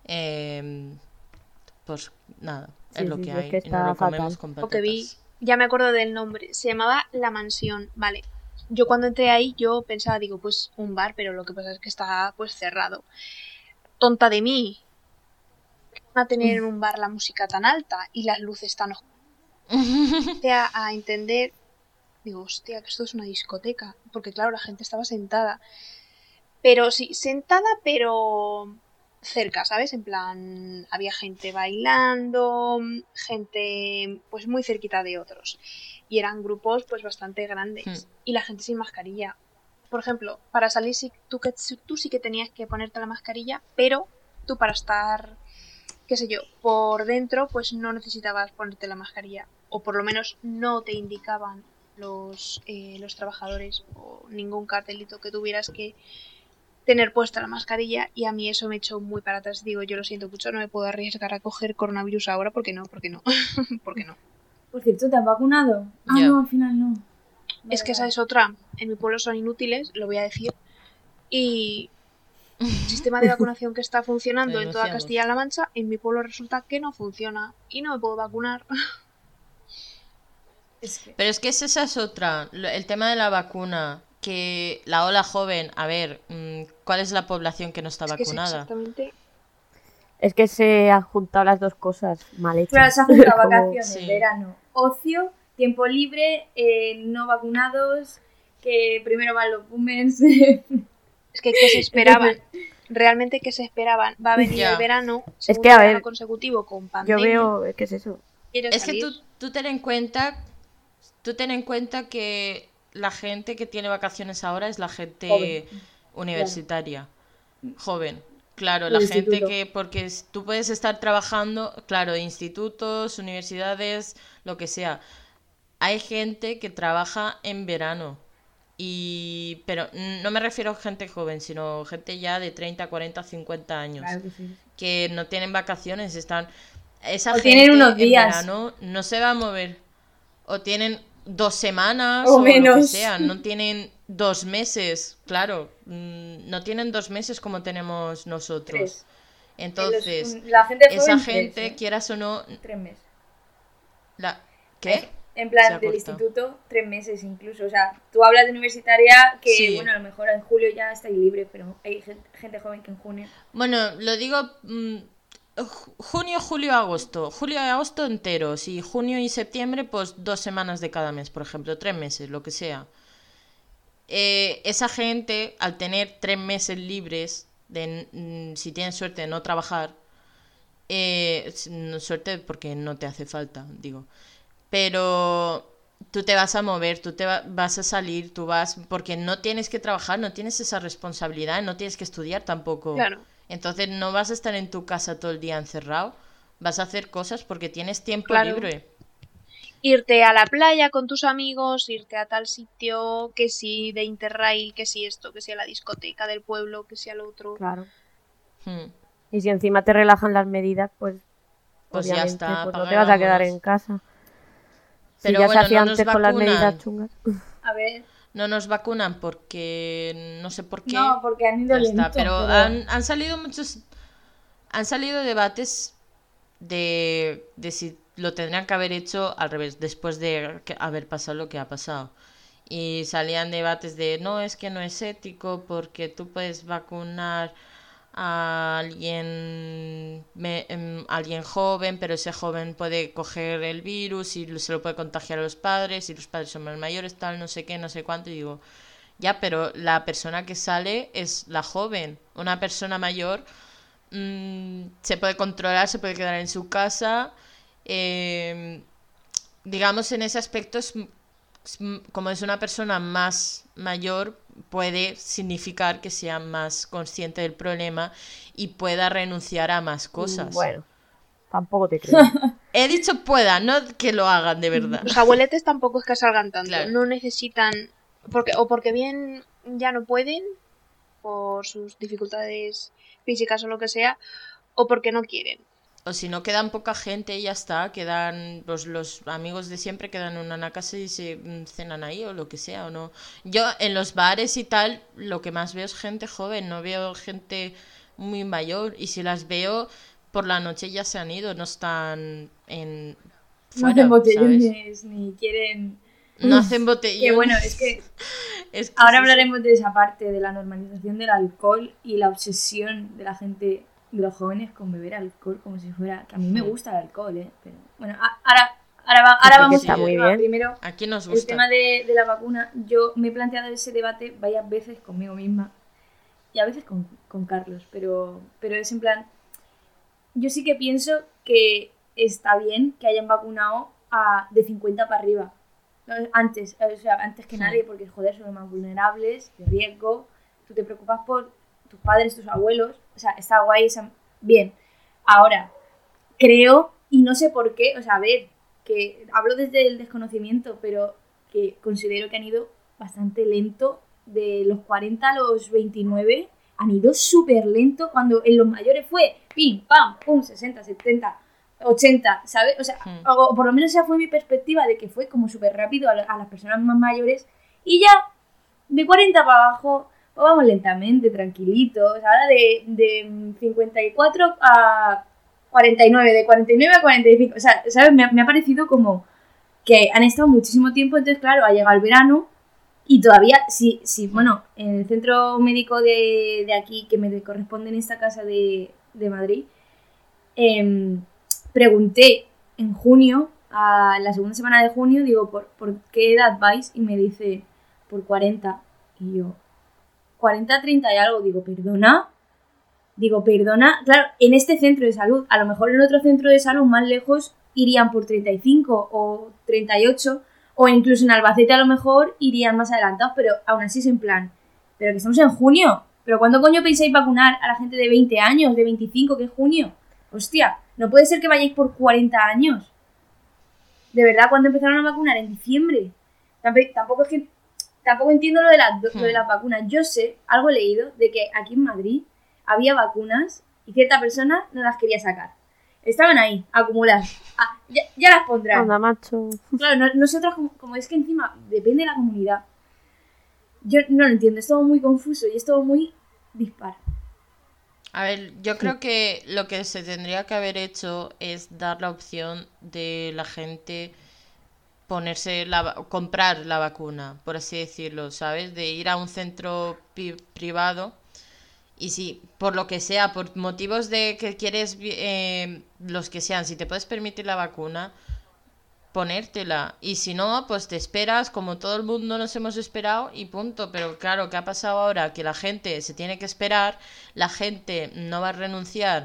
Speaker 2: em, pues nada,
Speaker 3: Sí,
Speaker 2: es lo
Speaker 3: sí,
Speaker 2: que
Speaker 3: sí, es
Speaker 2: hay.
Speaker 3: que
Speaker 2: y nos
Speaker 3: está
Speaker 2: lo comemos
Speaker 3: fatal.
Speaker 2: con
Speaker 4: Lo que vi,
Speaker 2: patatas.
Speaker 4: ya me acuerdo del nombre, se llamaba La Mansión, vale. Yo cuando entré ahí, yo pensaba, digo, pues un bar, pero lo que pasa es que está pues cerrado. Tonta de mí. Van a tener en un bar la música tan alta y las luces tan oscuras. A, a entender, digo, hostia, que esto es una discoteca. Porque claro, la gente estaba sentada. Pero sí, sentada, pero cerca, ¿sabes? En plan, había gente bailando, gente pues muy cerquita de otros. Y eran grupos pues bastante grandes.
Speaker 2: Hmm.
Speaker 4: Y la gente sin mascarilla. Por ejemplo, para salir sí, tú, que, tú sí que tenías que ponerte la mascarilla, pero tú para estar, qué sé yo, por dentro, pues no necesitabas ponerte la mascarilla. O por lo menos no te indicaban los, eh, los trabajadores o ningún cartelito que tuvieras que tener puesta la mascarilla, y a mí eso me echó muy para atrás. Digo, yo lo siento mucho, no me puedo arriesgar a coger coronavirus ahora, porque no, porque no, porque no.
Speaker 1: Por cierto, ¿te has vacunado? Ah,
Speaker 2: Ya.
Speaker 1: no, al final no.
Speaker 4: Es que esa es otra. En mi pueblo son inútiles, lo voy a decir. Y el sistema de vacunación que está funcionando en toda
Speaker 2: Denunciamos.
Speaker 4: Castilla-La Mancha, en mi pueblo resulta que no funciona y no me puedo vacunar.
Speaker 1: Es que...
Speaker 2: Pero es que esa esa es otra. lo- El tema de la vacuna. Que la ola joven, a ver, mm, ¿cuál es la población que no está
Speaker 4: Es que es
Speaker 2: vacunada?
Speaker 4: exactamente.
Speaker 3: Es que se han juntado las dos cosas mal hechas.
Speaker 1: Claro, se han juntado
Speaker 3: Como-
Speaker 1: vacaciones,
Speaker 2: Sí.
Speaker 1: verano, ocio, tiempo libre, eh, no vacunados, que primero van los boomers.
Speaker 4: Es que, ¿qué se esperaban? Realmente, ¿qué se esperaban? Va a venir
Speaker 2: Ya.
Speaker 4: el verano,
Speaker 3: Es
Speaker 4: segundo
Speaker 3: que, a
Speaker 4: verano
Speaker 3: ver,
Speaker 4: consecutivo con
Speaker 3: Yo
Speaker 4: pandemia.
Speaker 3: veo, ¿qué es eso?
Speaker 4: ¿Quieres
Speaker 2: Es que
Speaker 4: salir?
Speaker 2: tú, tú ten en cuenta, tú ten en cuenta que la gente que tiene vacaciones ahora es la gente
Speaker 1: Joven.
Speaker 2: universitaria, joven. Claro,
Speaker 1: El
Speaker 2: la gente
Speaker 1: instituto.
Speaker 2: que, porque s- tú puedes estar trabajando, claro, institutos, universidades, lo que sea. Hay gente que trabaja en verano. Y, pero no me refiero a gente joven, sino gente ya de treinta, cuarenta, cincuenta años.
Speaker 1: Claro que sí.
Speaker 2: Que no tienen vacaciones, están... Esa
Speaker 1: O
Speaker 2: gente
Speaker 1: tienen unos
Speaker 2: en
Speaker 1: días.
Speaker 2: verano no se va a mover. O tienen dos semanas
Speaker 1: O
Speaker 2: o, lo que
Speaker 1: menos.
Speaker 2: sea. No tienen dos meses, claro. mm, No tienen dos meses como tenemos nosotros.
Speaker 1: Tres.
Speaker 2: Entonces,
Speaker 1: Los- la gente
Speaker 2: esa
Speaker 1: joven,
Speaker 2: gente,
Speaker 1: tres, ¿eh?
Speaker 2: quieras o no...
Speaker 1: Tres meses.
Speaker 2: La... ¿Qué?
Speaker 1: En
Speaker 2: Se
Speaker 1: plan,
Speaker 2: ha
Speaker 1: del
Speaker 2: cortado.
Speaker 1: instituto, tres meses incluso. O sea, tú hablas de universitaria que,
Speaker 2: Sí.
Speaker 1: bueno, a lo mejor en julio ya estáis libre, pero hay gen- gente joven que en junio.
Speaker 2: Bueno, lo digo mm, ju- junio, julio, agosto. Julio y agosto enteros. Y junio y septiembre, pues dos semanas de cada mes, por ejemplo. Tres meses, lo que sea. Eh, esa gente, al tener tres meses libres, de, mm, si tienes suerte de no trabajar, eh, s- no suerte porque no te hace falta, digo. Pero tú te vas a mover, tú te va- vas a salir, tú vas... Porque no tienes que trabajar, no tienes esa responsabilidad, no tienes que estudiar tampoco.
Speaker 4: Claro.
Speaker 2: Entonces no vas a estar en tu casa todo el día encerrado, vas a hacer cosas porque tienes tiempo
Speaker 4: Claro.
Speaker 2: libre.
Speaker 4: irte a la playa con tus amigos, irte a tal sitio, que si de Interrail, que si esto, que si a la discoteca del pueblo, que si al otro.
Speaker 3: Claro.
Speaker 2: Hmm.
Speaker 3: Y si encima te relajan las medidas, pues,
Speaker 2: Pues ya
Speaker 3: obviamente
Speaker 2: está,
Speaker 3: pues no
Speaker 2: apaga
Speaker 3: te
Speaker 2: y
Speaker 3: vas a quedar
Speaker 2: vámonos.
Speaker 3: en casa. Si
Speaker 2: Pero
Speaker 3: ya
Speaker 2: bueno,
Speaker 3: se hacía
Speaker 2: no nos
Speaker 3: antes con las
Speaker 2: vacunan.
Speaker 3: medidas chungas.
Speaker 1: A ver,
Speaker 2: No nos vacunan porque no sé por qué.
Speaker 1: no, porque han ido
Speaker 2: Ya está,
Speaker 1: lento,
Speaker 2: pero,
Speaker 1: pero-
Speaker 2: Han, han salido muchos. Han salido debates de, de si lo tendrían que haber hecho al revés, después de que- haber pasado lo que ha pasado. Y salían debates de no, es que no es ético porque tú puedes vacunar a alguien, me- em, alguien joven, pero ese joven puede coger el virus y se lo puede contagiar a los padres y los padres son más mayores, tal, no sé qué, no sé cuánto. Y digo, ya, pero la persona que sale es la joven. Una persona mayor mm, se puede controlar, se puede quedar en su casa. eh, digamos, en ese aspecto es, es m- como es una persona más mayor, puede significar que sea más consciente del problema y pueda renunciar a más cosas.
Speaker 3: Bueno, tampoco te creo.
Speaker 2: He dicho pueda, no que lo hagan de verdad.
Speaker 4: Los abueletes tampoco es que salgan tanto,
Speaker 2: Claro.
Speaker 4: no necesitan, porque o porque bien ya no pueden, por sus dificultades físicas o lo que sea, o porque no quieren.
Speaker 2: O si no, quedan poca gente y ya está. Quedan pues, los amigos de siempre, quedan en una casa y se mm, cenan ahí o lo que sea, o no. Yo en los bares y tal, lo que más veo es gente joven, no veo gente muy mayor. Y si las veo, por la noche ya se han ido, no están en
Speaker 1: no
Speaker 2: fuera,
Speaker 1: hacen
Speaker 2: ¿sabes?
Speaker 1: botellones ni quieren...
Speaker 2: No hacen botellones.
Speaker 1: Que bueno, es que
Speaker 2: Es que
Speaker 1: ahora
Speaker 2: es eso.
Speaker 1: hablaremos de esa parte, de la normalización del alcohol y la obsesión de la gente, de los jóvenes, con beber alcohol como si fuera... Que a mí me
Speaker 2: Mm.
Speaker 1: gusta el alcohol, ¿eh? Pero bueno, a- ahora, ahora, va- ahora
Speaker 3: Sí, que
Speaker 1: vamos
Speaker 3: está
Speaker 1: al
Speaker 3: muy
Speaker 1: tema.
Speaker 3: bien.
Speaker 1: Primero,
Speaker 2: Aquí nos
Speaker 1: el
Speaker 2: gusta.
Speaker 1: tema de, de la vacuna. Yo me he planteado ese debate varias veces conmigo misma y a veces con, con Carlos, pero, pero es en plan... Yo sí que pienso que está bien que hayan vacunado a de cincuenta para arriba. Antes, o sea, antes que
Speaker 2: Sí.
Speaker 1: nadie, porque joder, son los más vulnerables, de riesgo. Tú te preocupas por tus padres, tus abuelos. O sea, está guay, esa- bien. Ahora, creo, y no sé por qué, o sea, a ver, que hablo desde el desconocimiento, pero que considero que han ido bastante lento. De los cuarenta a los veintinueve han ido súper lento, cuando en los mayores fue pim, pam, pum, sesenta, setenta, ochenta, ¿sabes? O sea,
Speaker 2: Hmm.
Speaker 1: o, o por lo menos esa fue mi perspectiva, de que fue como súper rápido a, la- a las personas más mayores, y ya de cuarenta para abajo, pues vamos lentamente, tranquilitos. Ahora de, de cincuenta y cuatro a cuarenta y nueve, de cuarenta y nueve a cuarenta y cinco, o sea, ¿sabes? Me ha, me ha parecido como que han estado muchísimo tiempo, entonces claro, ha llegado el verano y todavía, sí, sí, bueno, en el centro médico de, de aquí, que me corresponde en esta casa de, de Madrid, em, pregunté en junio, a la segunda semana de junio, digo, ¿por, por qué edad vais? Y me dice, por cuarenta. Y yo, cuarenta, treinta y algo. Digo, ¿perdona? Digo, perdona. Claro, en este centro de salud, a lo mejor en otro centro de salud más lejos irían por treinta y cinco o treinta y ocho, o incluso en Albacete a lo mejor irían más adelantados, pero aún así es en plan, pero que estamos en junio. ¿Pero cuándo coño pensáis vacunar a la gente de veinte años, de veinticinco, que es junio? Hostia, no puede ser que vayáis por cuarenta años. De verdad, ¿cuándo empezaron a vacunar? En diciembre. Tamp- Tampoco es que tampoco entiendo lo de, las, lo de las vacunas. Yo sé, algo he leído, de que aquí en Madrid había vacunas y cierta persona no las quería sacar. Estaban ahí, acumuladas. Ah, ya, ya las pondrán.
Speaker 3: Anda, macho.
Speaker 1: Claro, no- nosotros, como, como es que encima depende de la comunidad, yo no lo entiendo, es todo muy confuso y es todo muy dispar.
Speaker 2: A ver, yo creo que lo que se tendría que haber hecho es dar la opción de la gente ponerse la, va- comprar la vacuna, por así decirlo, ¿sabes? De ir a un centro pi- privado y si, por lo que sea, por motivos de que quieres, vi- eh, los que sean, si te puedes permitir la vacuna, ponértela. Y si no, pues te esperas, como todo el mundo nos hemos esperado y punto. Pero claro, ¿qué ha pasado ahora? Que la gente se tiene que esperar, la gente no va a renunciar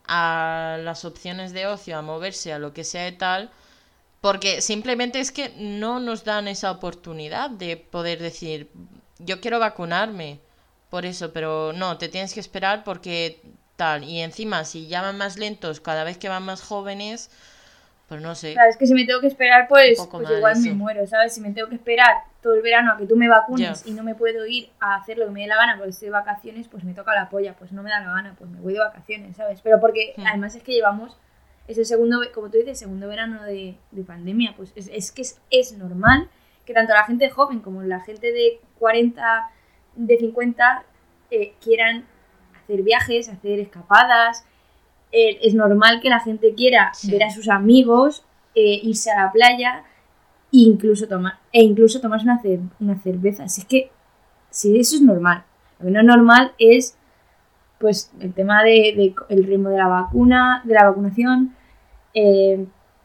Speaker 2: a las opciones de ocio, a moverse, a lo que sea y tal, porque simplemente es que no nos dan esa oportunidad de poder decir, yo quiero vacunarme por eso, pero no, te tienes que esperar porque tal. Y encima, si ya van más lentos cada vez que van más jóvenes, Pues no sé.
Speaker 1: Claro, es que si me tengo que esperar, pues,
Speaker 2: Un poco
Speaker 1: pues
Speaker 2: mal
Speaker 1: igual
Speaker 2: eso.
Speaker 1: me muero, ¿sabes? Si me tengo que esperar todo el verano a que tú me vacunes
Speaker 2: Ya.
Speaker 1: y no me puedo ir a hacer lo que me dé la gana porque estoy de vacaciones, pues me toca la polla, pues no me da la gana, pues me voy de vacaciones, ¿sabes? Pero porque
Speaker 2: Hmm.
Speaker 1: además es que llevamos ese segundo, ve- como tú dices, segundo verano de, de pandemia, pues es, es que es, es normal que tanto la gente joven como la gente de cuarenta, de cincuenta, eh, quieran hacer viajes, hacer escapadas. Eh, es normal que la gente quiera
Speaker 2: Sí.
Speaker 1: ver a sus amigos, eh, irse a la playa e incluso tomar, e incluso tomarse una, cer- una cerveza. Si es que si eso es normal. Lo que no es normal es pues el tema de, de el ritmo de la vacuna, de la vacunación. Eh,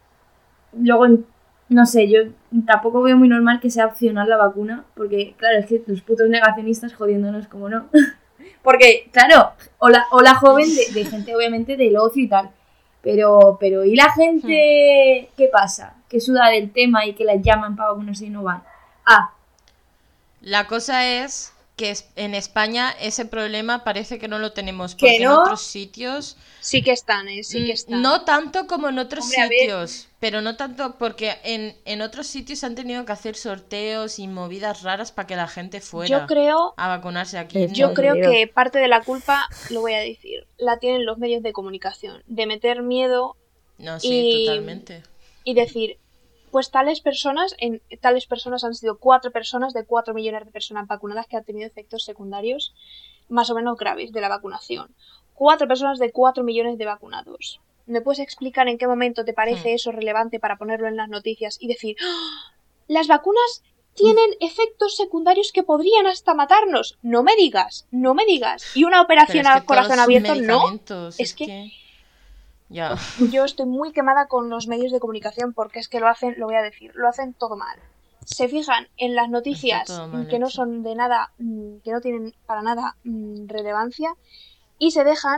Speaker 1: luego, no sé, yo tampoco veo muy normal que sea opcional la vacuna, porque claro, es que los putos negacionistas jodiéndonos como no. Porque, claro, o la, o la joven de, de gente obviamente del ocio y tal. Pero, pero ¿y la gente qué pasa? Que suda del tema y que la llaman para vacunarse y no van. Ah,
Speaker 2: La cosa es que es- en España ese problema parece que no lo tenemos,
Speaker 1: ¿Que
Speaker 2: porque en
Speaker 1: no?
Speaker 2: otros sitios,
Speaker 4: Sí que están, ¿eh? Sí que
Speaker 2: mm,
Speaker 4: están.
Speaker 2: no tanto como en otros
Speaker 1: Hombre, a ver.
Speaker 2: sitios, pero no tanto porque en, en otros sitios han tenido que hacer sorteos y movidas raras para que la gente fuera
Speaker 4: Yo creo,
Speaker 2: a vacunarse aquí.
Speaker 3: Yo
Speaker 2: no.
Speaker 4: yo
Speaker 3: Estados
Speaker 4: creo
Speaker 3: Unidos.
Speaker 4: que parte de la culpa, lo voy a decir, la tienen los medios de comunicación, de meter miedo
Speaker 2: No, sí,
Speaker 4: y,
Speaker 2: totalmente.
Speaker 4: y decir, pues tales personas, en tales personas han sido cuatro personas de cuatro millones de personas vacunadas que han tenido efectos secundarios más o menos graves de la vacunación. Cuatro personas de cuatro millones de vacunados. ¿Me puedes explicar en qué momento te parece
Speaker 2: Hmm.
Speaker 4: eso relevante para ponerlo en las noticias y decir, ¡ah! Las vacunas tienen efectos secundarios que podrían hasta matarnos? No me digas, no me digas. Y una
Speaker 2: Pero
Speaker 4: operación
Speaker 2: es que
Speaker 4: al corazón
Speaker 2: todos son
Speaker 4: abierto, no.
Speaker 2: medicamentos,
Speaker 4: Es
Speaker 2: es
Speaker 4: que-
Speaker 2: que... Ya.
Speaker 4: Yo estoy muy quemada con los medios de comunicación porque es que lo hacen, lo voy a decir, lo hacen todo mal. Se fijan en las noticias
Speaker 2: Está todo mal
Speaker 4: que no
Speaker 2: hecho.
Speaker 4: son de nada, mm, que no tienen para nada mm, relevancia y se dejan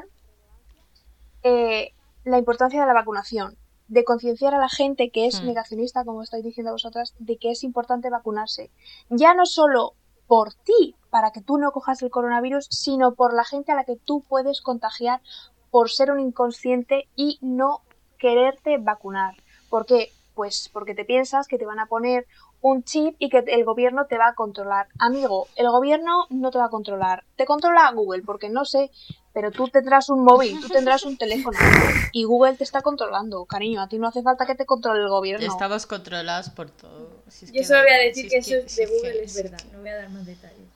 Speaker 4: eh, la importancia de la vacunación, de concienciar a la gente que es
Speaker 2: Hmm.
Speaker 4: negacionista, como estáis diciendo vosotras, de que es importante vacunarse. Ya no solo por ti, para que tú no cojas el coronavirus, sino por la gente a la que tú puedes contagiar por ser un inconsciente y no quererte vacunar. ¿Por qué? Pues porque te piensas que te van a poner un chip y que el gobierno te va a controlar. Amigo, el gobierno no te va a controlar. Te controla Google, porque no sé, pero tú tendrás un móvil, tú tendrás un teléfono y Google te está controlando. Cariño, a ti no hace falta que te controle el gobierno.
Speaker 2: Estamos controlados por todo. Si es
Speaker 1: yo
Speaker 2: que
Speaker 1: solo
Speaker 2: da
Speaker 1: voy a
Speaker 2: igual,
Speaker 1: decir
Speaker 2: si
Speaker 1: que
Speaker 2: es
Speaker 1: eso es
Speaker 2: si
Speaker 1: de
Speaker 2: es que-
Speaker 1: Google es
Speaker 2: si
Speaker 1: verdad, no voy a dar más detalles.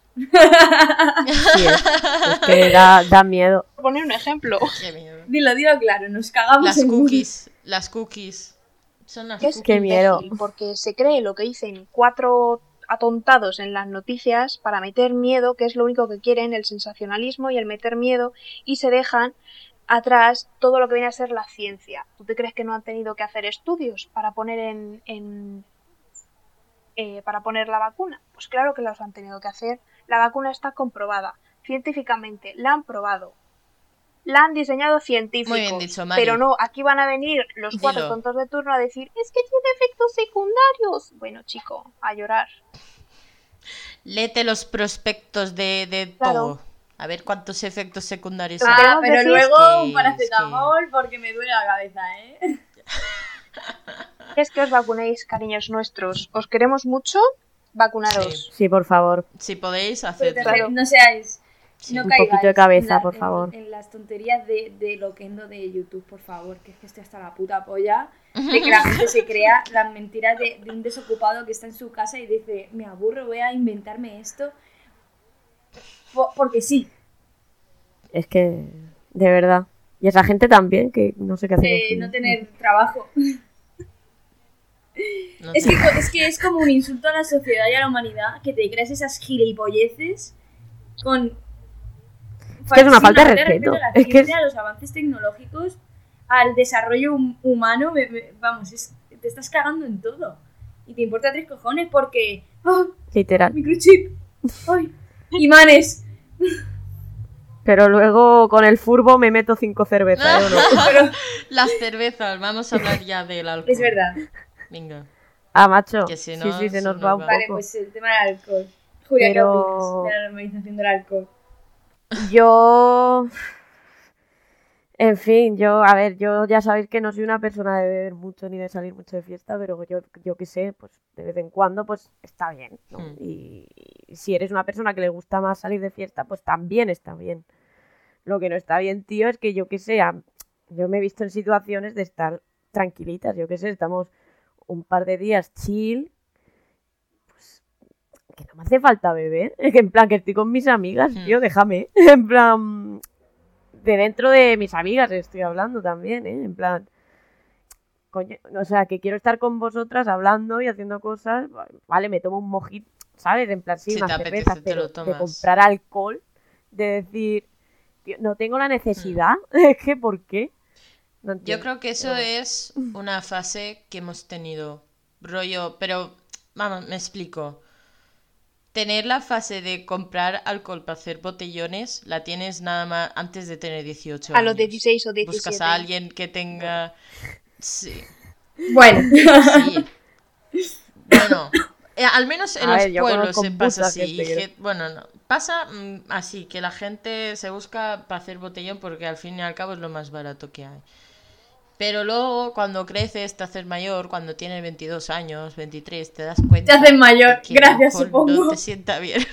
Speaker 3: Sí, es, es que da, da miedo.
Speaker 4: Por poner un ejemplo.
Speaker 2: Qué miedo.
Speaker 1: Dilo, dilo claro, nos cagamos
Speaker 2: Las
Speaker 1: en Google.
Speaker 2: cookies, las cookies. Son las
Speaker 4: Es
Speaker 2: cookies.
Speaker 3: Qué miedo.
Speaker 4: imbécil, porque se cree lo que dicen cuatro atontados en las noticias para meter miedo, que es lo único que quieren, el sensacionalismo y el meter miedo, y se dejan atrás todo lo que viene a ser la ciencia. ¿Tú te crees que no han tenido que hacer estudios para poner en, en eh, para poner la vacuna? Pues claro que los han tenido que hacer. La vacuna está comprobada científicamente, la han probado. La han diseñado científicos.
Speaker 2: Muy bien dicho, Mari.
Speaker 4: Pero no, aquí van a venir los cuatro
Speaker 2: Dilo.
Speaker 4: tontos de turno a decir, es que tiene efectos secundarios. Bueno, chico, a llorar.
Speaker 2: Léete los prospectos de, de
Speaker 4: Claro.
Speaker 2: todo. A ver cuántos efectos secundarios
Speaker 4: Claro.
Speaker 2: hay.
Speaker 1: Ah,
Speaker 4: Queremos
Speaker 1: pero
Speaker 4: decir
Speaker 1: luego
Speaker 2: que-
Speaker 1: un paracetamol porque me duele la cabeza, ¿eh?
Speaker 4: Es que os vacunéis, cariños nuestros. Os queremos mucho, vacunaros.
Speaker 2: Sí.
Speaker 3: Sí, por favor.
Speaker 2: Si podéis,
Speaker 1: Pero
Speaker 2: hacedlo.
Speaker 1: te-
Speaker 4: Claro.
Speaker 1: no seáis,
Speaker 2: Sí.
Speaker 1: no
Speaker 3: Un
Speaker 1: caigáis
Speaker 3: poquito de cabeza,
Speaker 1: en la-
Speaker 3: por
Speaker 1: en-
Speaker 3: favor.
Speaker 1: En, las tonterías de, de loquendo de YouTube, por favor, que es que estoy hasta la puta polla de que la gente se crea las mentiras de, de un desocupado que está en su casa y dice, me aburro, voy a inventarme esto po- porque sí.
Speaker 3: Es que, de verdad. Y esa gente también, que no sé qué hacer.
Speaker 1: de no tener trabajo.
Speaker 2: No
Speaker 1: Es
Speaker 2: sé.
Speaker 1: que, es que es como un insulto a la sociedad y a la humanidad que te creas esas gilipolleces con...
Speaker 3: Es que es una
Speaker 1: Sí,
Speaker 3: falta de respeto.
Speaker 1: a la
Speaker 3: Es que
Speaker 1: ciencia,
Speaker 3: es-
Speaker 1: a los avances tecnológicos, al desarrollo hum- humano, me- me- vamos, es- te estás cagando en todo. Y te importa tres cojones porque... ¡Ah!
Speaker 3: Literal.
Speaker 1: Microchip. ¡Ay! Imanes.
Speaker 3: Pero luego con el furbo me meto cinco cervezas, ¿eh? ¿O no?
Speaker 1: Pero
Speaker 2: Las cervezas, vamos a hablar ya del alcohol.
Speaker 1: es verdad.
Speaker 2: Venga.
Speaker 3: Ah, macho.
Speaker 2: Que si
Speaker 3: sí,
Speaker 2: no,
Speaker 3: sí, se
Speaker 2: se
Speaker 3: nos
Speaker 2: nos
Speaker 3: va un
Speaker 2: va.
Speaker 1: Vale,
Speaker 3: poco.
Speaker 1: pues el tema del alcohol. Julia,
Speaker 3: Pero-
Speaker 1: ¿qué opinas de la normalización del alcohol?
Speaker 3: Yo... En fin, yo, a ver, yo ya sabéis que no soy una persona de beber mucho ni de salir mucho de fiesta, pero yo, yo qué sé, pues de vez en cuando, pues está bien, ¿no?
Speaker 2: Hmm.
Speaker 3: Y, y si eres una persona que le gusta más salir de fiesta, pues también está bien. Lo que no está bien, tío, es que yo qué sé, a- yo me he visto en situaciones de estar tranquilitas, yo qué sé, estamos un par de días chill, pues que no me hace falta beber, que en plan que estoy con mis amigas,
Speaker 2: Hmm.
Speaker 3: tío, déjame, en plan de dentro de mis amigas estoy hablando también, ¿eh? En plan, coño, o sea, que quiero estar con vosotras hablando y haciendo cosas, vale, me tomo un mojito, ¿sabes? En plan, sí,
Speaker 2: Si te
Speaker 3: unas
Speaker 2: apetece,
Speaker 3: cervezas,
Speaker 2: te
Speaker 3: pero
Speaker 2: lo
Speaker 3: de
Speaker 2: tomas.
Speaker 3: comprar alcohol, de decir, tío, no tengo la necesidad, es que, ¿por qué? No
Speaker 2: Yo
Speaker 3: entiendo,
Speaker 2: creo que eso
Speaker 3: pero bueno.
Speaker 2: es una fase que hemos tenido, rollo, pero vamos, me explico. Tener la fase de comprar alcohol para hacer botellones la tienes nada más antes de tener dieciocho
Speaker 4: A los
Speaker 2: años.
Speaker 4: dieciséis o
Speaker 2: Buscas
Speaker 4: diecisiete.
Speaker 2: a alguien que tenga... Sí,
Speaker 1: Bueno,
Speaker 2: sí. Bueno, eh, al menos en
Speaker 3: A
Speaker 2: los
Speaker 3: ver, yo
Speaker 2: pueblos
Speaker 3: conozco
Speaker 2: se pasa
Speaker 3: mucha
Speaker 2: así.
Speaker 3: gente
Speaker 2: Y
Speaker 3: que...
Speaker 2: que- bueno, no. Pasa mm, así, que la gente se busca para hacer botellón porque al fin y al cabo es lo más barato que hay. Pero luego, cuando creces, te haces mayor, cuando tienes veintidós años, veintitrés, te das cuenta
Speaker 1: te haces mayor,
Speaker 2: de que el
Speaker 1: gracias,
Speaker 2: alcohol
Speaker 1: supongo.
Speaker 2: no te sienta bien.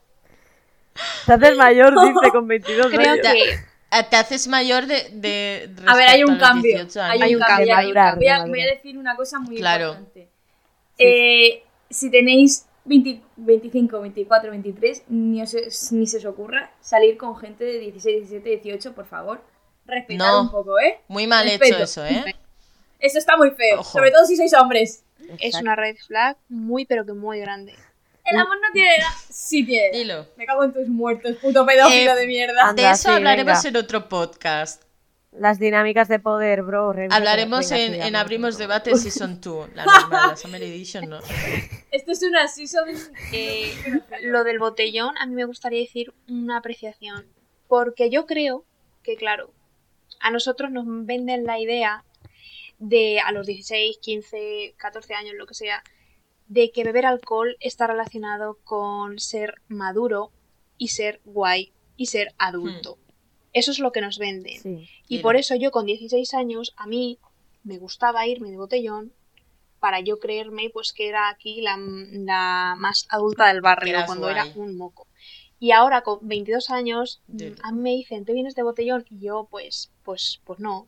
Speaker 3: Te haces mayor, dice, con veintidós
Speaker 4: Creo
Speaker 3: años.
Speaker 4: que
Speaker 2: Eh, Te haces mayor de, de
Speaker 1: A ver, hay
Speaker 2: respecto
Speaker 1: un
Speaker 2: a los
Speaker 1: cambio.
Speaker 2: dieciocho
Speaker 1: Hay
Speaker 2: años.
Speaker 1: un
Speaker 4: un
Speaker 1: cambio.
Speaker 3: De
Speaker 4: cambio, hay un
Speaker 3: madurar,
Speaker 4: cambio.
Speaker 1: Voy a,
Speaker 3: de
Speaker 1: voy a
Speaker 3: madurar.
Speaker 1: decir una cosa muy
Speaker 2: Claro.
Speaker 1: importante. Eh, si tenéis veinte, veinticinco, veinticuatro, veintitrés, ni, os, ni se os ocurra salir con gente de dieciséis, diecisiete, dieciocho, por favor. Respetad
Speaker 2: No.
Speaker 1: un poco, ¿eh?
Speaker 2: Muy mal
Speaker 1: Respeto.
Speaker 2: hecho eso, ¿eh?
Speaker 1: Eso está muy feo,
Speaker 2: Ojo.
Speaker 1: sobre todo si sois hombres.
Speaker 4: es
Speaker 3: Exacto.
Speaker 4: una red flag muy pero que muy grande.
Speaker 1: El amor no tiene edad. Sí tiene edad.
Speaker 2: Dilo.
Speaker 1: Me cago en tus muertos, puto pedófilo
Speaker 2: Eh,
Speaker 1: de mierda.
Speaker 3: anda.
Speaker 2: De eso
Speaker 3: sí,
Speaker 2: hablaremos
Speaker 3: venga.
Speaker 2: en otro podcast.
Speaker 3: Las dinámicas de poder, bro. revisa-
Speaker 2: Hablaremos
Speaker 3: venga,
Speaker 2: en,
Speaker 3: sí,
Speaker 2: en
Speaker 3: hablamos
Speaker 2: Abrimos
Speaker 3: de
Speaker 2: Debate
Speaker 3: todo.
Speaker 2: Season dos, la normal, la Summer Edition, ¿no?
Speaker 1: Esto es una season.
Speaker 4: Eh, lo del botellón, a mí me gustaría decir una apreciación. Porque yo creo que, claro, a nosotros nos venden la idea de a los dieciséis, quince, catorce años, lo que sea, de que beber alcohol está relacionado con ser maduro y ser guay y ser adulto. Eso es lo que nos venden.
Speaker 3: Sí.
Speaker 4: Y
Speaker 2: Dilo.
Speaker 4: por eso yo con dieciséis años, a mí me gustaba irme de botellón para yo creerme pues que era aquí la, la más adulta del
Speaker 2: Que
Speaker 4: barrio
Speaker 2: eras
Speaker 4: cuando
Speaker 2: guay.
Speaker 4: era un moco. Y ahora con veintidós años
Speaker 2: Dilo.
Speaker 4: a mí me dicen, ¿te vienes de botellón? Y yo pues, pues, pues no.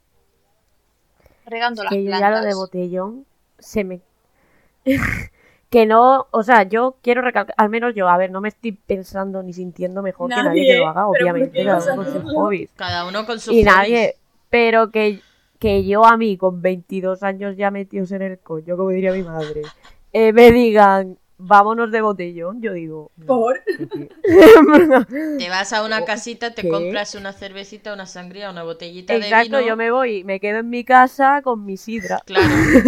Speaker 4: Regando las
Speaker 3: Que yo ya
Speaker 4: plantas.
Speaker 3: lo de botellón se me... que no, o sea, yo quiero recalcar, al menos yo, a ver, no me estoy pensando ni sintiendo mejor que nadie que
Speaker 1: Nadie,
Speaker 3: lo haga,
Speaker 1: pero ¿por
Speaker 3: obviamente,
Speaker 1: qué
Speaker 3: cada
Speaker 1: vas a
Speaker 3: uno con sus
Speaker 1: hacerlo?
Speaker 3: hobbies.
Speaker 2: Cada uno con su
Speaker 3: Y
Speaker 2: hobbies.
Speaker 3: nadie, pero que, que yo a mí, con veintidós años ya metidos en el coño, como diría mi madre, eh, me digan, vámonos de botellón, yo digo...
Speaker 1: Por.
Speaker 3: ¿qué tío?
Speaker 2: Te vas a una casita, te
Speaker 3: ¿Qué?
Speaker 2: compras una cervecita, una sangría, una botellita de
Speaker 3: Exacto,
Speaker 2: vino.
Speaker 3: yo me voy, me quedo en mi casa con mi sidra,
Speaker 2: Claro.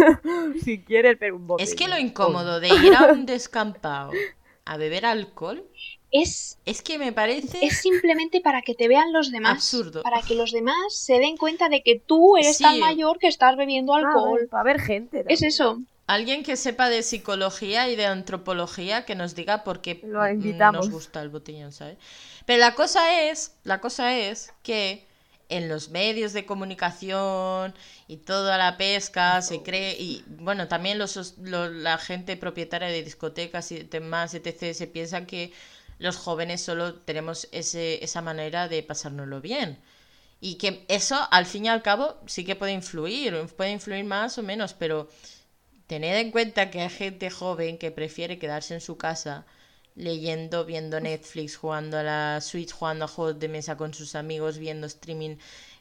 Speaker 3: si quieres, pero un botellón.
Speaker 2: Es que lo incómodo de ir a un descampado a beber alcohol
Speaker 4: Es,
Speaker 2: es que me parece...
Speaker 4: es simplemente para que te vean los demás.
Speaker 2: Absurdo.
Speaker 4: Para que los demás se den cuenta de que tú eres
Speaker 2: Sí.
Speaker 4: tan mayor que estás bebiendo
Speaker 3: Ah,
Speaker 4: alcohol.
Speaker 3: para ver gente.
Speaker 4: Es
Speaker 3: también.
Speaker 4: eso.
Speaker 2: Alguien que sepa de psicología y de antropología que nos diga por qué
Speaker 3: Lo
Speaker 2: mm,
Speaker 3: invitamos.
Speaker 2: nos gusta el botellón, ¿sabes? Pero la cosa es, la cosa es que en los medios de comunicación y toda la pesca se cree, y bueno, también los, os- lo- la gente propietaria de discotecas y demás, etcétera, se piensa que los jóvenes solo tenemos ese, esa manera de pasárnoslo bien. Y que eso, al fin y al cabo, sí que puede influir, puede influir más o menos, pero tened en cuenta que hay gente joven que prefiere quedarse en su casa leyendo, viendo Netflix, jugando a la Switch, jugando a juegos de mesa con sus amigos, viendo streaming.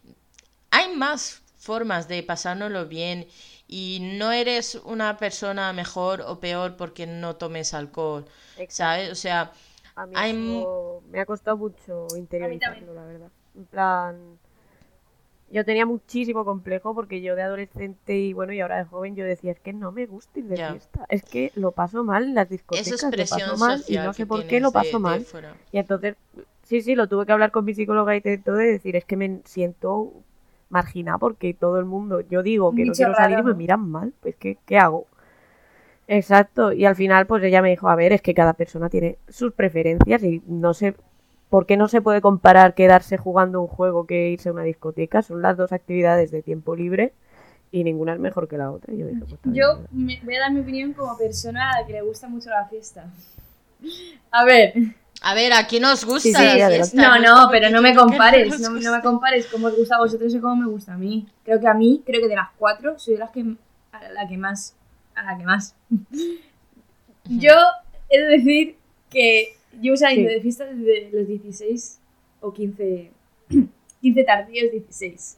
Speaker 2: Hay más formas de pasárnoslo bien y no eres una persona mejor o peor porque no tomes alcohol,
Speaker 3: Exacto.
Speaker 2: ¿sabes? O sea,
Speaker 3: A mí
Speaker 2: hay
Speaker 3: eso me ha costado mucho
Speaker 1: también.
Speaker 3: interiorizarlo, la verdad. En plan, yo tenía muchísimo complejo porque yo de adolescente y bueno, y ahora de joven yo decía, es que no me gusta ir de
Speaker 2: Ya.
Speaker 3: fiesta, es que lo paso mal en las discotecas,
Speaker 2: eso es
Speaker 3: lo
Speaker 2: presión
Speaker 3: paso mal y
Speaker 2: social
Speaker 3: no sé
Speaker 2: que
Speaker 3: por qué
Speaker 2: tienes
Speaker 3: lo
Speaker 2: de-
Speaker 3: paso
Speaker 2: de
Speaker 3: mal.
Speaker 2: fuera.
Speaker 3: Y entonces, sí, sí, lo tuve que hablar con mi psicóloga y de todo y decir, es que me siento marginada porque todo el mundo, yo digo
Speaker 1: Un
Speaker 3: que no
Speaker 1: bicho
Speaker 3: quiero salir
Speaker 1: raro,
Speaker 3: y me
Speaker 1: ¿no?
Speaker 3: miran mal, pues ¿qué, qué hago? Exacto, y al final pues ella me dijo, a ver, es que cada persona tiene sus preferencias y no sé ¿por qué no se puede comparar quedarse jugando un juego que irse a una discoteca? Son las dos actividades de tiempo libre y ninguna es mejor que la otra. Yo, dije, pues,
Speaker 1: Yo me, voy a dar mi opinión como persona a la que le gusta mucho la fiesta. A ver...
Speaker 2: A ver, aquí nos gusta
Speaker 3: sí, sí,
Speaker 2: la fiesta.
Speaker 1: No, no,
Speaker 2: no
Speaker 1: pero no me compares,
Speaker 2: no,
Speaker 1: no, no me compares cómo os gusta a vosotros y cómo me gusta a mí. Creo que a mí, creo que de las cuatro, soy de las que a la que más, a la que más. Yo he de decir que llevo saliendo sí. de fiesta desde los dieciséis o quince, quince tardíos, dieciséis.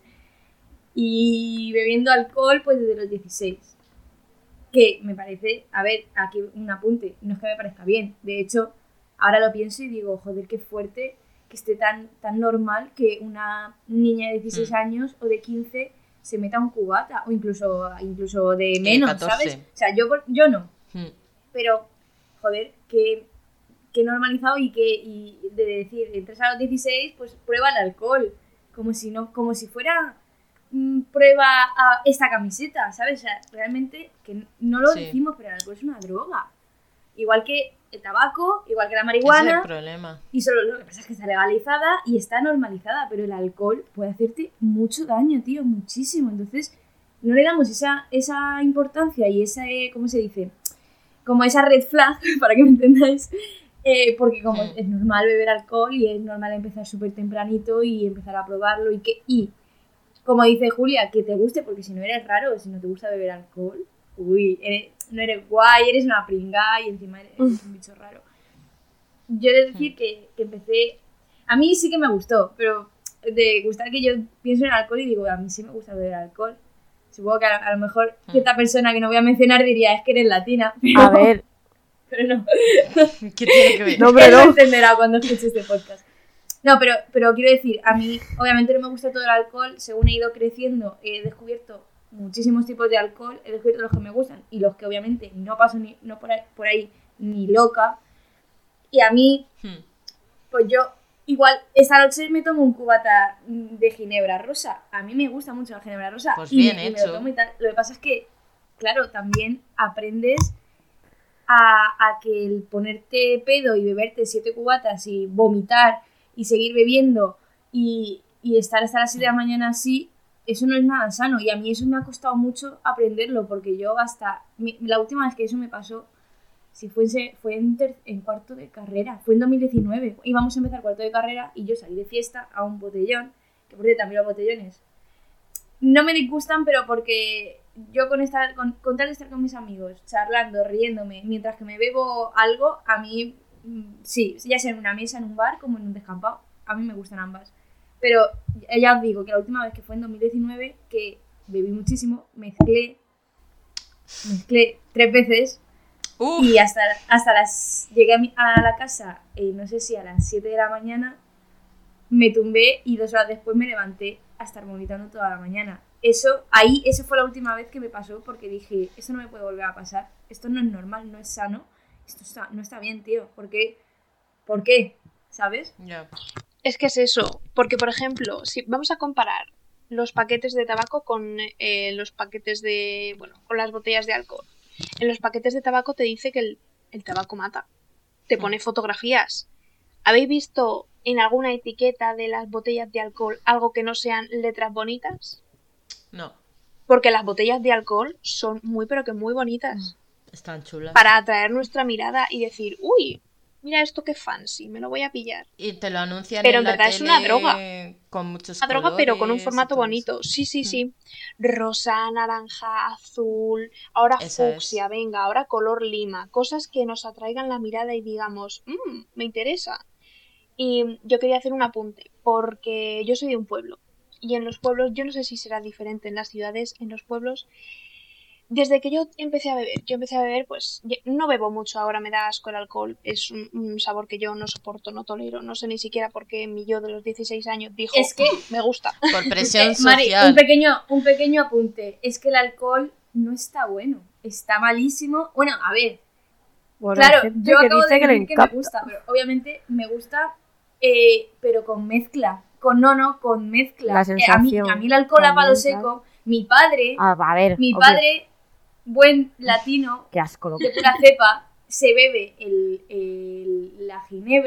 Speaker 1: Y bebiendo alcohol pues desde los dieciséis. Que me parece, a ver, aquí un apunte, no es que me parezca bien, de hecho... Ahora lo pienso y digo, joder, qué fuerte que esté tan, tan normal que una niña de dieciséis mm. años o de quince se meta un cubata, o incluso, incluso de menos, eh, ¿sabes? O sea, yo, yo no. Mm. Pero, joder, que, que normalizado y que y de decir, entras a los dieciséis, pues prueba el alcohol. Como si, no, como si fuera mmm, prueba a esta camiseta, ¿sabes? O sea, realmente, que no lo sí. decimos, pero el alcohol es una droga. Igual que el tabaco, igual que la marihuana.
Speaker 2: Ese es el problema.
Speaker 1: Y solo lo que pasa es que está legalizada y está normalizada, pero el alcohol puede hacerte mucho daño, tío, muchísimo. Entonces, no le damos esa, esa importancia y esa, eh, ¿cómo se dice? Como esa red flag, para que me entendáis, eh, porque como mm. es normal beber alcohol y es normal empezar súper tempranito y empezar a probarlo y que, y, como dice Julia, que te guste, porque si no eres raro, si no te gusta beber alcohol, uy, eres... no eres guay, eres una pringada y encima eres un bicho raro. Yo he de decir que, que empecé... A mí sí que me gustó, pero de gustar que yo pienso en alcohol y digo, a mí sí me gusta beber alcohol. Supongo que a, a lo mejor cierta persona que no voy a mencionar diría, es que eres latina. Pero,
Speaker 3: a ver.
Speaker 1: Pero no.
Speaker 2: ¿Qué tiene que ver?
Speaker 1: No, pero no entenderá cuando escuche este podcast. No, pero, pero quiero decir, a mí obviamente no me gusta todo el alcohol. Según he ido creciendo, he descubierto muchísimos tipos de alcohol, he descubierto los que me gustan y los que obviamente no paso ni, no por, ahí, por ahí ni loca. Y a mí, hmm. pues yo igual esta noche me tomo un cubata de ginebra rosa. A mí me gusta mucho la ginebra rosa.
Speaker 2: Pues
Speaker 1: y,
Speaker 2: bien
Speaker 1: y
Speaker 2: hecho.
Speaker 1: Me lo tomo y tal. Lo que pasa es que, claro, también aprendes a, a que el ponerte pedo y beberte siete cubatas y vomitar y seguir bebiendo y, y estar hasta las siete de la mañana así, eso no es nada sano. Y a mí eso me ha costado mucho aprenderlo, porque yo hasta... Mi, la última vez que eso me pasó, si fuese, fue en, ter, en cuarto de carrera, fue en dos mil diecinueve. Íbamos a empezar cuarto de carrera y yo salí de fiesta a un botellón, que por cierto también los botellones no me disgustan, pero porque yo con, estar, con, con tal de estar con mis amigos, charlando, riéndome, mientras que me bebo algo, a mí, sí, ya sea en una mesa, en un bar, como en un descampado, a mí me gustan ambas. Pero ya os digo que la última vez que fue en dos mil diecinueve, que bebí muchísimo, mezclé, mezclé tres veces. Uf. Y hasta, hasta las... Llegué a, mi, a la casa, eh, no sé si a las siete de la mañana, me tumbé y dos horas después me levanté a estar vomitando toda la mañana. Eso, ahí, eso fue la última vez que me pasó, porque dije, esto no me puede volver a pasar, esto no es normal, no es sano, esto está, no está bien, tío, ¿por qué? ¿Por qué? ¿Sabes?
Speaker 2: Yeah.
Speaker 4: Es que es eso, porque por ejemplo, si vamos a comparar los paquetes de tabaco con eh, los paquetes de, bueno, con las botellas de alcohol. En los paquetes de tabaco te dice que el, el tabaco mata, te pone fotografías. ¿Habéis visto en alguna etiqueta de las botellas de alcohol algo que no sean letras bonitas?
Speaker 2: No.
Speaker 4: Porque las botellas de alcohol son muy pero que muy bonitas.
Speaker 2: Están chulas.
Speaker 4: Para atraer nuestra mirada y decir, uy, mira esto que fancy, me lo voy a pillar.
Speaker 2: Y te lo anuncian
Speaker 4: pero
Speaker 2: en,
Speaker 4: en
Speaker 2: la
Speaker 4: verdad
Speaker 2: tele
Speaker 4: es una droga.
Speaker 2: Con muchos
Speaker 4: una droga, pero con un formato bonito.
Speaker 2: Eso.
Speaker 4: Sí, sí, sí. Rosa, naranja, azul, ahora
Speaker 2: Esa
Speaker 4: fucsia,
Speaker 2: es.
Speaker 4: venga, ahora color lima. Cosas que nos atraigan la mirada y digamos, mmm, me interesa. Y yo quería hacer un apunte, porque yo soy de un pueblo. Y en los pueblos, yo no sé si será diferente en las ciudades, en los pueblos... Desde que yo empecé a beber, yo empecé a beber, pues no bebo mucho ahora, me da asco el alcohol, es un, un sabor que yo no soporto, no tolero, no sé ni siquiera por qué mi yo de los dieciséis años dijo,
Speaker 1: es que
Speaker 4: me gusta.
Speaker 2: Por presión
Speaker 1: eh,
Speaker 2: social.
Speaker 1: Mari, un pequeño, un pequeño apunte, es que el alcohol no está bueno, está malísimo, bueno, a ver,
Speaker 3: bueno,
Speaker 1: claro, yo acabo de
Speaker 3: que
Speaker 1: decir que me gusta, pero obviamente me gusta, eh, pero con mezcla, con no, no, con mezcla.
Speaker 3: La sensación.
Speaker 1: Eh, a, mí, a mí el alcohol a palo seco, mi padre,
Speaker 3: ah, a ver,
Speaker 1: mi
Speaker 3: obvio.
Speaker 1: padre... buen latino,
Speaker 3: qué asco,
Speaker 1: de pura cepa, se bebe el, el, la ginebra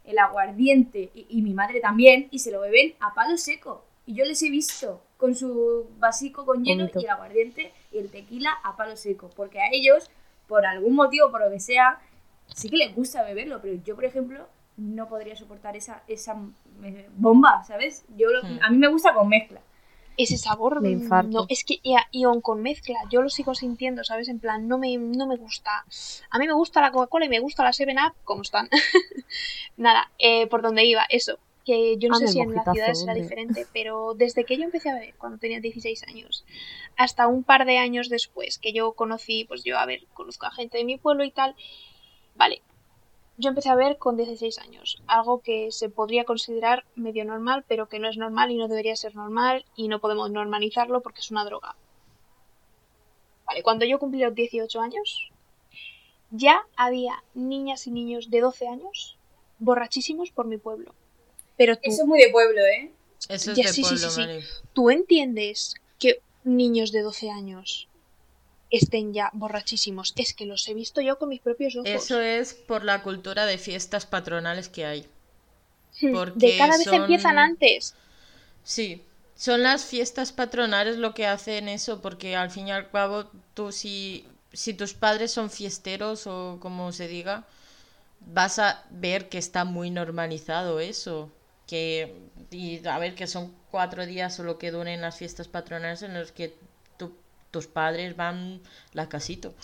Speaker 1: el aguardiente y, y mi madre también, y se lo beben a palo seco. Y yo les he visto con su vasico con hielo
Speaker 3: Bonito.
Speaker 1: y el aguardiente y el tequila a palo seco. Porque a ellos, por algún motivo, por lo que sea, sí que les gusta beberlo. Pero yo, por ejemplo, no podría soportar esa, esa eh, bomba, ¿sabes? Yo lo-
Speaker 2: Hmm.
Speaker 1: A mí me gusta con mezcla.
Speaker 4: Ese sabor,
Speaker 3: Me
Speaker 4: mm,
Speaker 3: infarto.
Speaker 4: no, es que y, a- y aun con mezcla, yo lo sigo sintiendo, ¿sabes? En plan, no me, no me gusta. A mí me gusta la Coca-Cola y me gusta la seven up, como están. Nada, eh, por donde iba, eso. Que yo no
Speaker 3: Ame
Speaker 4: sé si en las
Speaker 3: mojitazo,
Speaker 4: ciudades será
Speaker 3: hombre.
Speaker 4: diferente, pero desde que yo empecé a beber, cuando tenía dieciséis años, hasta un par de años después, que yo conocí, pues yo, a ver, conozco a gente de mi pueblo y tal, vale. Yo empecé a beber con dieciséis años, algo que se podría considerar medio normal, pero que no es normal y no debería ser normal y no podemos normalizarlo porque es una droga. Vale, cuando yo cumplí los dieciocho años, ya había niñas y niños de doce años borrachísimos por mi pueblo. Pero tú,
Speaker 1: Eso es muy de pueblo, ¿eh?
Speaker 2: Eso es
Speaker 4: Ya,
Speaker 2: de
Speaker 4: sí, sí,
Speaker 2: pueblo,
Speaker 4: sí, sí.
Speaker 2: Mari.
Speaker 4: ¿tú entiendes que niños de doce años estén ya borrachísimos? Es que los he visto yo con mis propios ojos.
Speaker 2: Eso es por la cultura de fiestas patronales que hay.
Speaker 4: Hmm,
Speaker 2: porque
Speaker 4: de cada vez
Speaker 2: son-
Speaker 4: empiezan antes.
Speaker 2: Sí, son las fiestas patronales lo que hacen eso, porque al fin y al cabo tú si, si tus padres son fiesteros o como se diga, vas a ver que está muy normalizado eso. Que, y a ver, que son cuatro días o lo que duren las fiestas patronales en los que tu- tus padres van la casito.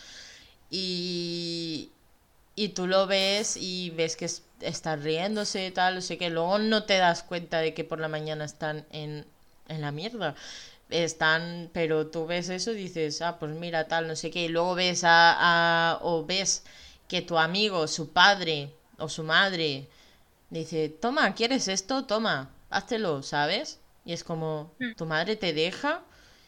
Speaker 2: Y, y tú lo ves y ves que es- están riéndose y tal, o sea que luego no te das cuenta de que por la mañana están en, en la mierda. Están, pero tú ves eso y dices, ah, pues mira, tal, no sé qué, y luego ves a, a- o ves que tu amigo, su padre o su madre dice, toma, ¿quieres esto? Toma, háztelo, ¿sabes? Y es como,
Speaker 4: Mm.
Speaker 2: tu madre te deja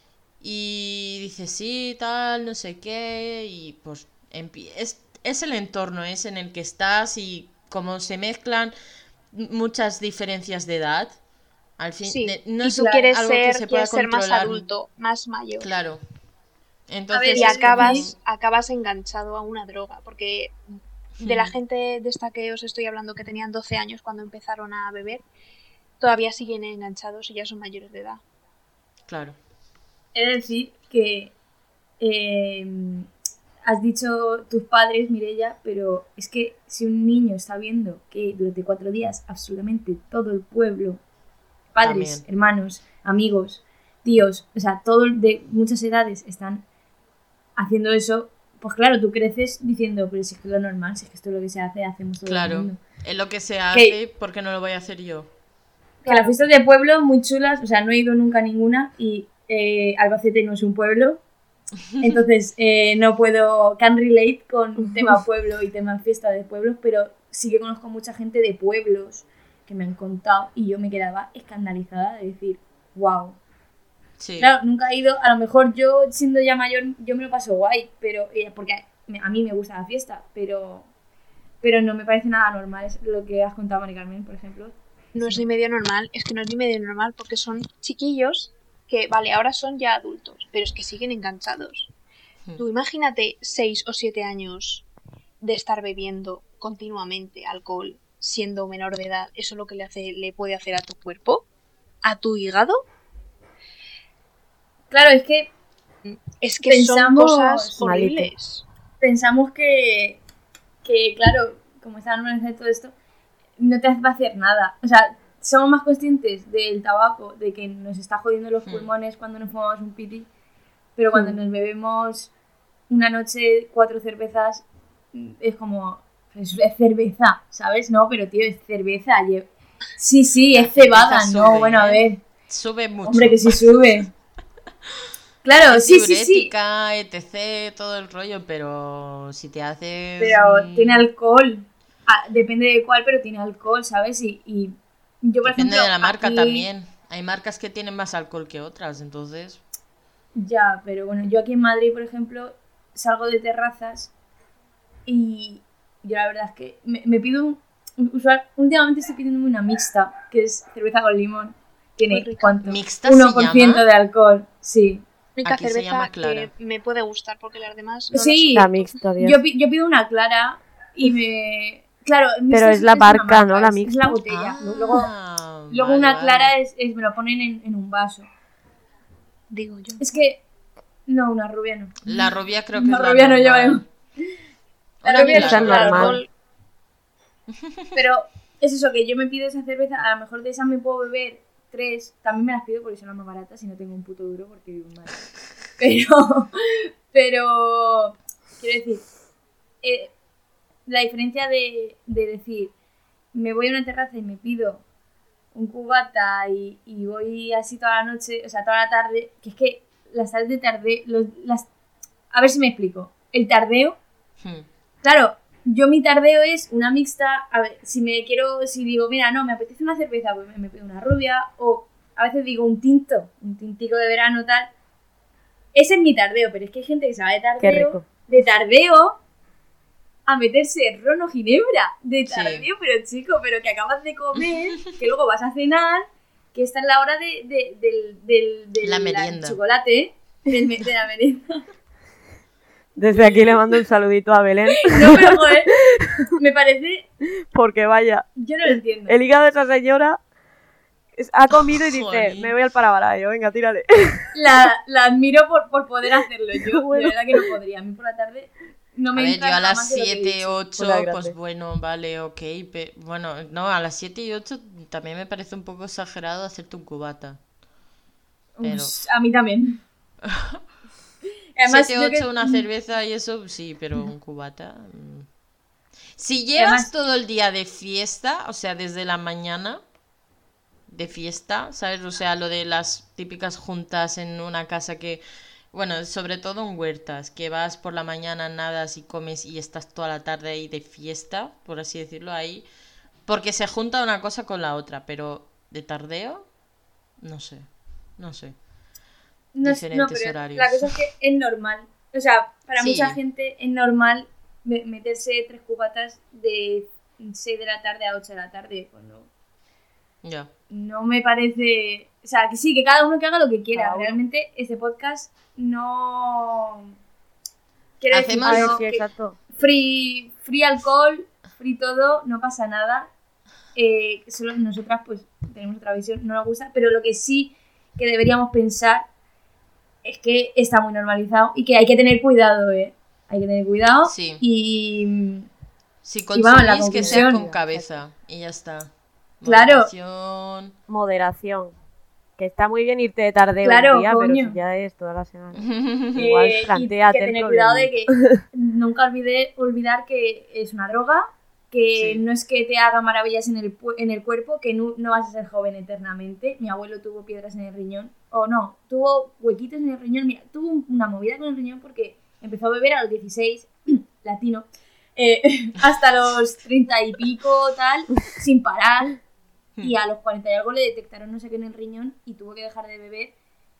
Speaker 2: y dice sí, tal, no sé qué, y pues empie- es, es el entorno, es en el que estás y como se mezclan m- muchas diferencias de edad, al fin,
Speaker 4: Sí,
Speaker 2: de- no
Speaker 4: y
Speaker 2: es
Speaker 4: tú quieres
Speaker 2: algo que
Speaker 4: ser,
Speaker 2: se pueda
Speaker 4: quieres ser más
Speaker 2: controlar,
Speaker 4: adulto, más mayor.
Speaker 2: claro.
Speaker 1: A ver,
Speaker 2: Entonces
Speaker 4: Y
Speaker 2: es como-
Speaker 4: acabas, acabas enganchado a una droga, porque de la
Speaker 2: Hmm.
Speaker 4: gente de esta que os estoy hablando que tenían doce años cuando empezaron a beber, todavía siguen enganchados y ya son mayores de edad.
Speaker 2: Claro.
Speaker 1: He de decir que eh, has dicho tus padres, Mireia, pero es que si un niño está viendo que durante cuatro días absolutamente todo el pueblo, padres,
Speaker 2: También.
Speaker 1: hermanos, amigos, tíos, o sea, todos de muchas edades están haciendo eso, pues claro, tú creces diciendo, pero si es que es lo normal, si es que esto es lo que se hace, hacemos todo el
Speaker 2: Claro,
Speaker 1: mundo.
Speaker 2: es lo que se hace,
Speaker 1: Que-
Speaker 2: ¿por qué no lo voy a hacer yo?
Speaker 1: Que las fiestas de pueblo muy chulas, o sea, no he ido nunca a ninguna y eh, Albacete no es un pueblo, entonces eh, no puedo, can relate con tema pueblo y tema fiesta de pueblos, pero sí que conozco mucha gente de pueblos que me han contado y yo me quedaba escandalizada de decir, wow.
Speaker 2: Sí,
Speaker 1: Claro, nunca he ido, a lo mejor yo siendo ya mayor yo me lo paso guay, pero eh, porque me- a mí me gusta la fiesta, pero pero no me parece nada normal, es lo que has contado, Mari Carmen, por ejemplo.
Speaker 4: No es ni medio normal, es que no es ni medio normal porque son chiquillos que, vale, ahora son ya adultos, pero es que siguen enganchados.
Speaker 2: Hmm.
Speaker 4: Tú imagínate seis o siete años de estar bebiendo continuamente alcohol siendo menor de edad, ¿eso es lo que le hace, le puede hacer a tu cuerpo? ¿A tu hígado?
Speaker 1: Claro, es que
Speaker 4: Es que son
Speaker 1: Pensamos-
Speaker 4: cosas
Speaker 3: Malito.
Speaker 4: horribles.
Speaker 1: pensamos que, que, claro, como está normalizado todo esto, no te va a hacer nada. O sea, somos más conscientes del tabaco, de que nos está jodiendo los
Speaker 2: Hmm.
Speaker 1: pulmones cuando nos fumamos un piti, pero cuando
Speaker 3: Hmm.
Speaker 1: nos bebemos una noche cuatro cervezas, es como, es, es cerveza, ¿sabes? No, pero tío, es cerveza. lle- Sí, sí,
Speaker 2: La
Speaker 1: es cebada,
Speaker 2: cerveza
Speaker 1: no,
Speaker 2: sube,
Speaker 1: bueno, a
Speaker 2: ¿eh?
Speaker 1: ver.
Speaker 2: Sube mucho.
Speaker 1: Hombre, que sí sube. Claro,
Speaker 2: Es
Speaker 1: sí, sí, sí.
Speaker 2: diurética, etcétera, todo el rollo, pero si te haces...
Speaker 1: Pero
Speaker 2: mm,
Speaker 1: tiene alcohol. Ah, depende de cuál, pero tiene alcohol, ¿sabes? Y, y yo, por
Speaker 2: Depende
Speaker 1: ejemplo,
Speaker 2: de la marca
Speaker 1: aquí-
Speaker 2: también. Hay marcas que tienen más alcohol que otras, entonces...
Speaker 1: Ya, pero bueno, yo aquí en Madrid, por ejemplo, salgo de terrazas y yo la verdad es que me, me pido un... usual- últimamente estoy pidiéndome una mixta, que es cerveza con limón. Tiene,
Speaker 4: Muy rica.
Speaker 1: ¿cuánto?
Speaker 2: ¿Mixta se
Speaker 1: uno por ciento
Speaker 2: llama?
Speaker 1: de alcohol, sí.
Speaker 4: Única
Speaker 2: Aquí se
Speaker 4: cerveza
Speaker 2: llama Clara.
Speaker 4: que me puede gustar porque las demás no
Speaker 1: Sí,
Speaker 3: La mixta, Dios.
Speaker 1: yo, pi- yo pido una clara y me... Claro,
Speaker 3: pero es la
Speaker 1: una
Speaker 3: marca, ¿no? La
Speaker 1: es,
Speaker 3: mixta.
Speaker 1: es la botella.
Speaker 2: Ah,
Speaker 1: luego luego
Speaker 2: vale,
Speaker 1: una
Speaker 2: vale.
Speaker 1: clara es, es me lo ponen en, en un vaso.
Speaker 4: Digo yo.
Speaker 1: Es que no, una rubia no.
Speaker 2: La rubia creo que
Speaker 1: Una
Speaker 2: es la
Speaker 1: rubia no lleva
Speaker 2: normal.
Speaker 1: La
Speaker 2: Una
Speaker 1: rubia
Speaker 2: mila
Speaker 3: es la
Speaker 1: no,
Speaker 2: rubia.
Speaker 3: normal.
Speaker 1: alcohol. Pero es eso, que yo me pido esa cerveza, a lo mejor de esa me puedo beber tres, también me las pido porque son las más baratas y no tengo un puto duro porque vivo en Madrid. Pero, pero, quiero decir, eh, la diferencia de, de decir, me voy a una terraza y me pido un cubata y, y voy así toda la noche, o sea, toda la tarde, que es que las tardes de tarde, los, las, a ver si me explico, el tardeo,
Speaker 2: Hmm.
Speaker 1: claro, yo mi tardeo es una mixta, a ver, si me quiero, si digo, mira, no, me apetece una cerveza, pues me, me pido una rubia, o a veces digo un tinto, un tintico de verano, tal. Ese es mi tardeo, pero es que hay gente que se va de
Speaker 3: Qué
Speaker 1: tardeo,
Speaker 3: rico.
Speaker 1: de tardeo a meterse ron o ginebra, de
Speaker 2: Sí.
Speaker 1: tardeo, pero chico, pero que acabas de comer, que luego vas a cenar, que esta es la hora de, de, del, del, del
Speaker 2: La merienda.
Speaker 1: chocolate, del me- de la merienda.
Speaker 3: Desde aquí le mando un saludito a Belén,
Speaker 1: No, pero joder, me parece,
Speaker 3: porque vaya,
Speaker 1: yo no lo entiendo.
Speaker 3: el hígado de esa señora es- ha comido y dice,
Speaker 2: Jolín.
Speaker 3: me voy al parabarayo, venga, tírale.
Speaker 1: La, la admiro por, por poder hacerlo. Yo,
Speaker 3: Bueno.
Speaker 1: de verdad que no podría. A mí por la tarde no
Speaker 2: A
Speaker 1: me
Speaker 2: ver,
Speaker 1: entra
Speaker 2: yo a
Speaker 1: nada
Speaker 2: las
Speaker 1: más de lo que he
Speaker 2: siete,
Speaker 1: dicho.
Speaker 2: ocho,
Speaker 3: Una grande.
Speaker 2: pues bueno, vale, ok. pe- Bueno, no, a las siete y ocho también me parece un poco exagerado hacerte un cubata. Pero
Speaker 1: Uf, a mí también. Además,
Speaker 2: siete,
Speaker 1: yo que-
Speaker 2: ocho, una cerveza y eso, sí, pero un cubata. mm. Si llevas
Speaker 1: Además-
Speaker 2: todo el día de fiesta, o sea, desde la mañana de fiesta, ¿sabes? O sea, lo de las típicas juntas en una casa que, bueno, sobre todo en huertas, que vas por la mañana, nadas y comes y estás toda la tarde ahí de fiesta, por así decirlo, ahí, porque se junta una cosa con la otra, pero de tardeo, no sé, no sé.
Speaker 1: no, es- no,
Speaker 2: diferentes
Speaker 1: pero
Speaker 2: horarios.
Speaker 1: la cosa es que es normal. O sea, para
Speaker 2: Sí.
Speaker 1: mucha gente es normal me- meterse tres cubatas de seis de la tarde a ocho de la tarde. Cuando
Speaker 2: Ya.
Speaker 1: no me parece... O sea, que sí, que cada uno que haga lo que quiera.
Speaker 3: Cada uno.
Speaker 1: Realmente este podcast no... Quiero decir,
Speaker 2: Hacemos-
Speaker 3: A ver,
Speaker 1: no,
Speaker 3: sí,
Speaker 1: que-
Speaker 3: exacto.
Speaker 1: free, free alcohol, free todo, no pasa nada. Eh, solo nosotras pues tenemos otra visión, no nos gusta, pero lo que sí que deberíamos pensar es que está muy normalizado y que hay que tener cuidado, ¿eh? Hay que tener cuidado
Speaker 2: Sí.
Speaker 1: y...
Speaker 2: Si
Speaker 1: Y vamos, la
Speaker 2: consumís, que sea
Speaker 1: conclusión.
Speaker 2: con cabeza, y ya está.
Speaker 1: Claro.
Speaker 2: Moderación.
Speaker 3: Moderación. Que está muy bien irte de tarde
Speaker 1: Claro,
Speaker 3: un día, pero
Speaker 1: coño.
Speaker 3: si ya es toda la semana.
Speaker 1: que-
Speaker 3: Igual
Speaker 1: y
Speaker 3: plantéate
Speaker 1: que
Speaker 3: el
Speaker 1: tener cuidado de
Speaker 3: problemita.
Speaker 1: que nunca olvide olvidar que es una droga, que
Speaker 2: Sí.
Speaker 1: no es que te haga maravillas en el, pu- en el cuerpo, que no, no vas a ser joven eternamente. Mi abuelo tuvo piedras en el riñón, o no, tuvo huequitos en el riñón, mira, tuvo un- una movida con el riñón porque empezó a beber a los dieciséis, latino, eh, hasta los treinta y pico, tal, sin parar, y a los cuarenta y algo le detectaron no sé qué en el riñón y tuvo que dejar de beber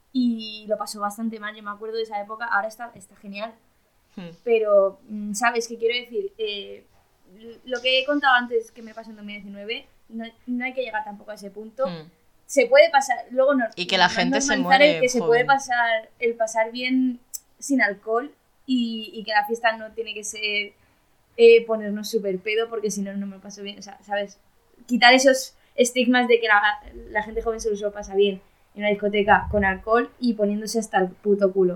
Speaker 1: y lo pasó bastante mal, yo me acuerdo de esa época, ahora está, está genial. Pero, mm, ¿sabes qué quiero decir? Eh, lo que he contado antes que me pasó en dos mil diecinueve, no, no hay que llegar tampoco a ese punto.
Speaker 2: Hmm.
Speaker 1: Se puede pasar, luego no,
Speaker 2: Y que la
Speaker 1: no
Speaker 2: gente se
Speaker 1: normalizar
Speaker 2: muere
Speaker 1: el que se
Speaker 2: joven.
Speaker 1: puede pasar, el pasar bien sin alcohol y, y que la fiesta no tiene que ser eh, ponernos súper pedo porque si no, no me paso bien. O sea, ¿sabes? Quitar esos estigmas de que la, la gente joven solo se lo pasa bien en una discoteca con alcohol y poniéndose hasta el puto culo.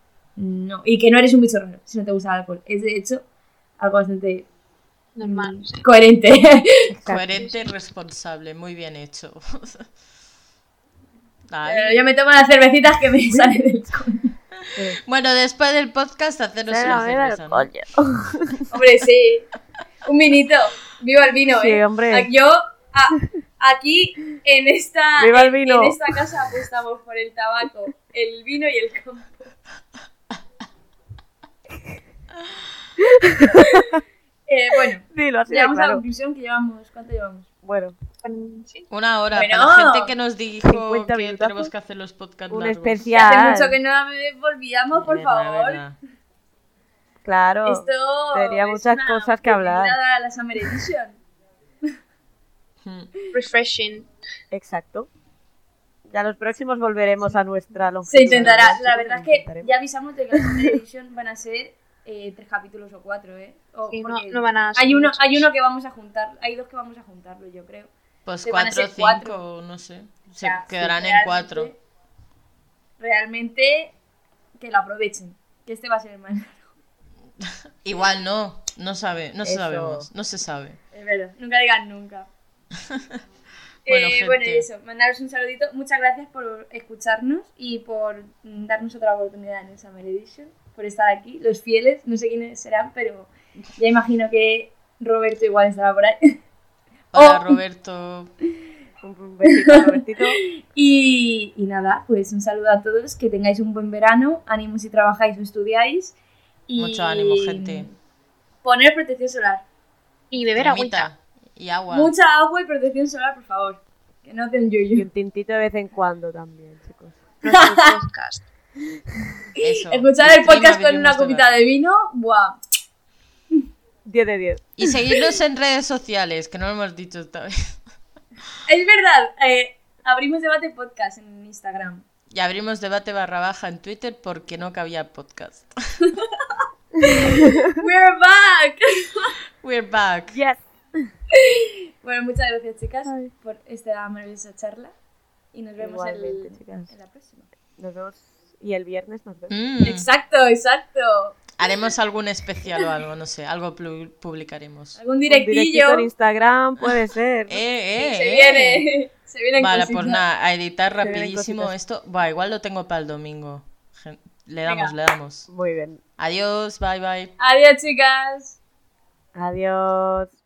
Speaker 1: No, y que no eres un bicho raro si no te gusta el alcohol. Es de hecho algo bastante
Speaker 4: Normal.
Speaker 1: mm,
Speaker 4: sí.
Speaker 1: coherente.
Speaker 3: Exacto.
Speaker 2: Coherente y responsable, muy bien hecho. Ay.
Speaker 1: Pero yo me tomo las cervecitas que me salen del coño.
Speaker 2: Bueno, después del podcast, haceros
Speaker 3: Se
Speaker 2: una
Speaker 3: la bebe el
Speaker 2: cerveza, ¿no?
Speaker 3: coño.
Speaker 1: Hombre, sí. Un vinito. Viva el vino,
Speaker 3: Sí,
Speaker 1: ¿eh?
Speaker 3: hombre.
Speaker 1: Aquí- Yo, a- aquí, en esta,
Speaker 3: Viva el
Speaker 1: en-
Speaker 3: vino.
Speaker 1: en esta casa apostamos por el tabaco, el vino y el campo. eh, bueno,
Speaker 3: Dilo así de
Speaker 1: llegamos a la
Speaker 3: claro.
Speaker 1: conclusión que llevamos. ¿Cuánto llevamos?
Speaker 3: Bueno,
Speaker 4: Mm, sí.
Speaker 2: Una hora,
Speaker 1: Bueno.
Speaker 2: para la gente que nos dijo
Speaker 3: cincuenta
Speaker 2: que
Speaker 3: minutazos.
Speaker 2: tenemos que hacer los podcasts
Speaker 3: un
Speaker 2: largos.
Speaker 1: Y hace
Speaker 3: especial.
Speaker 1: mucho que no volvíamos, por
Speaker 2: Verdad,
Speaker 1: favor.
Speaker 2: verdad.
Speaker 3: Claro.
Speaker 1: Esto
Speaker 3: tenía
Speaker 1: es
Speaker 3: muchas
Speaker 1: una
Speaker 3: cosas que hablar.
Speaker 1: bienvenida a la Summer Edition.
Speaker 2: Hmm.
Speaker 4: Refreshing.
Speaker 3: Exacto. Ya los próximos volveremos a nuestra longitud.
Speaker 1: Se intentará.
Speaker 3: ¿no?
Speaker 1: La verdad es que
Speaker 3: Intentaremos.
Speaker 1: ya avisamos de que las Summer Edition van a ser eh, tres capítulos o cuatro, ¿eh? O,
Speaker 4: Sí, no,
Speaker 1: porque
Speaker 4: no van a
Speaker 1: hay
Speaker 4: ser
Speaker 1: uno,
Speaker 4: muchos.
Speaker 1: hay uno que vamos a juntar, hay dos que vamos a juntarlo, yo creo.
Speaker 2: Pues
Speaker 1: Que van a
Speaker 2: cuatro o
Speaker 1: ser cuatro.
Speaker 2: cinco, no sé.
Speaker 1: O
Speaker 2: Se
Speaker 1: sea,
Speaker 2: quedarán en
Speaker 1: realmente-
Speaker 2: cuatro.
Speaker 1: Realmente, que lo aprovechen. Que este va a ser el más largo.
Speaker 2: Igual no, no sabe, no
Speaker 3: Eso.
Speaker 2: sabemos, no se sabe.
Speaker 1: Es verdad, nunca digan nunca.
Speaker 2: Bueno,
Speaker 1: Eh,
Speaker 2: gente.
Speaker 1: bueno, y eso, mandaros un saludito. Muchas gracias por escucharnos y por mm, darnos otra oportunidad en el Summer Edition, por estar aquí. Los fieles, no sé quiénes serán, pero ya imagino que Roberto igual estará por ahí.
Speaker 2: Hola
Speaker 1: Oh.
Speaker 2: Roberto.
Speaker 3: Un besito, Robertito.
Speaker 1: Y, y nada, pues un saludo a todos, que tengáis un buen verano, ánimo si trabajáis o estudiáis. Y
Speaker 2: Mucho ánimo, gente.
Speaker 1: Poner protección solar.
Speaker 4: Y beber agüita.
Speaker 2: Cremita y agua.
Speaker 1: Mucha agua y protección solar, por favor. Que no te un
Speaker 3: Y
Speaker 1: yuyu.
Speaker 3: un tintito de vez en cuando también, chicos.
Speaker 4: Nuestro podcast.
Speaker 2: Eso.
Speaker 1: Escuchar el
Speaker 2: Stream
Speaker 1: podcast con
Speaker 2: abriremos
Speaker 1: una copita
Speaker 2: debate.
Speaker 1: de vino, ¡buah!
Speaker 3: diez de diez.
Speaker 2: Y seguirnos en redes sociales, que no lo hemos dicho esta vez.
Speaker 1: Es verdad, eh, abrimos debate podcast en Instagram.
Speaker 2: Y abrimos debate barra baja en Twitter porque no cabía podcast.
Speaker 1: We're back.
Speaker 2: We're back.
Speaker 3: Yes.
Speaker 1: Bueno, muchas gracias, chicas,
Speaker 3: Ay.
Speaker 1: por esta maravillosa charla. Y nos vemos el-
Speaker 3: Igualmente, chicas.
Speaker 1: en la próxima.
Speaker 3: Nos vemos. Y el viernes nos vemos.
Speaker 2: Mm.
Speaker 1: Exacto, exacto.
Speaker 2: Haremos algún especial o algo, no sé, algo plu- publicaremos.
Speaker 1: Algún
Speaker 3: Un
Speaker 1: directillo.
Speaker 3: directito en Instagram puede ser.
Speaker 2: Eh, eh,
Speaker 1: Se
Speaker 2: eh.
Speaker 1: viene. Se vienen
Speaker 2: Vale,
Speaker 1: cositas.
Speaker 2: pues nada, a editar
Speaker 3: vienen
Speaker 2: rapidísimo
Speaker 3: cositas.
Speaker 2: esto. Va, igual lo tengo para el domingo. Gen- Le damos,
Speaker 1: Venga.
Speaker 2: le damos.
Speaker 3: Muy bien.
Speaker 2: Adiós, bye bye.
Speaker 1: Adiós, chicas.
Speaker 3: Adiós.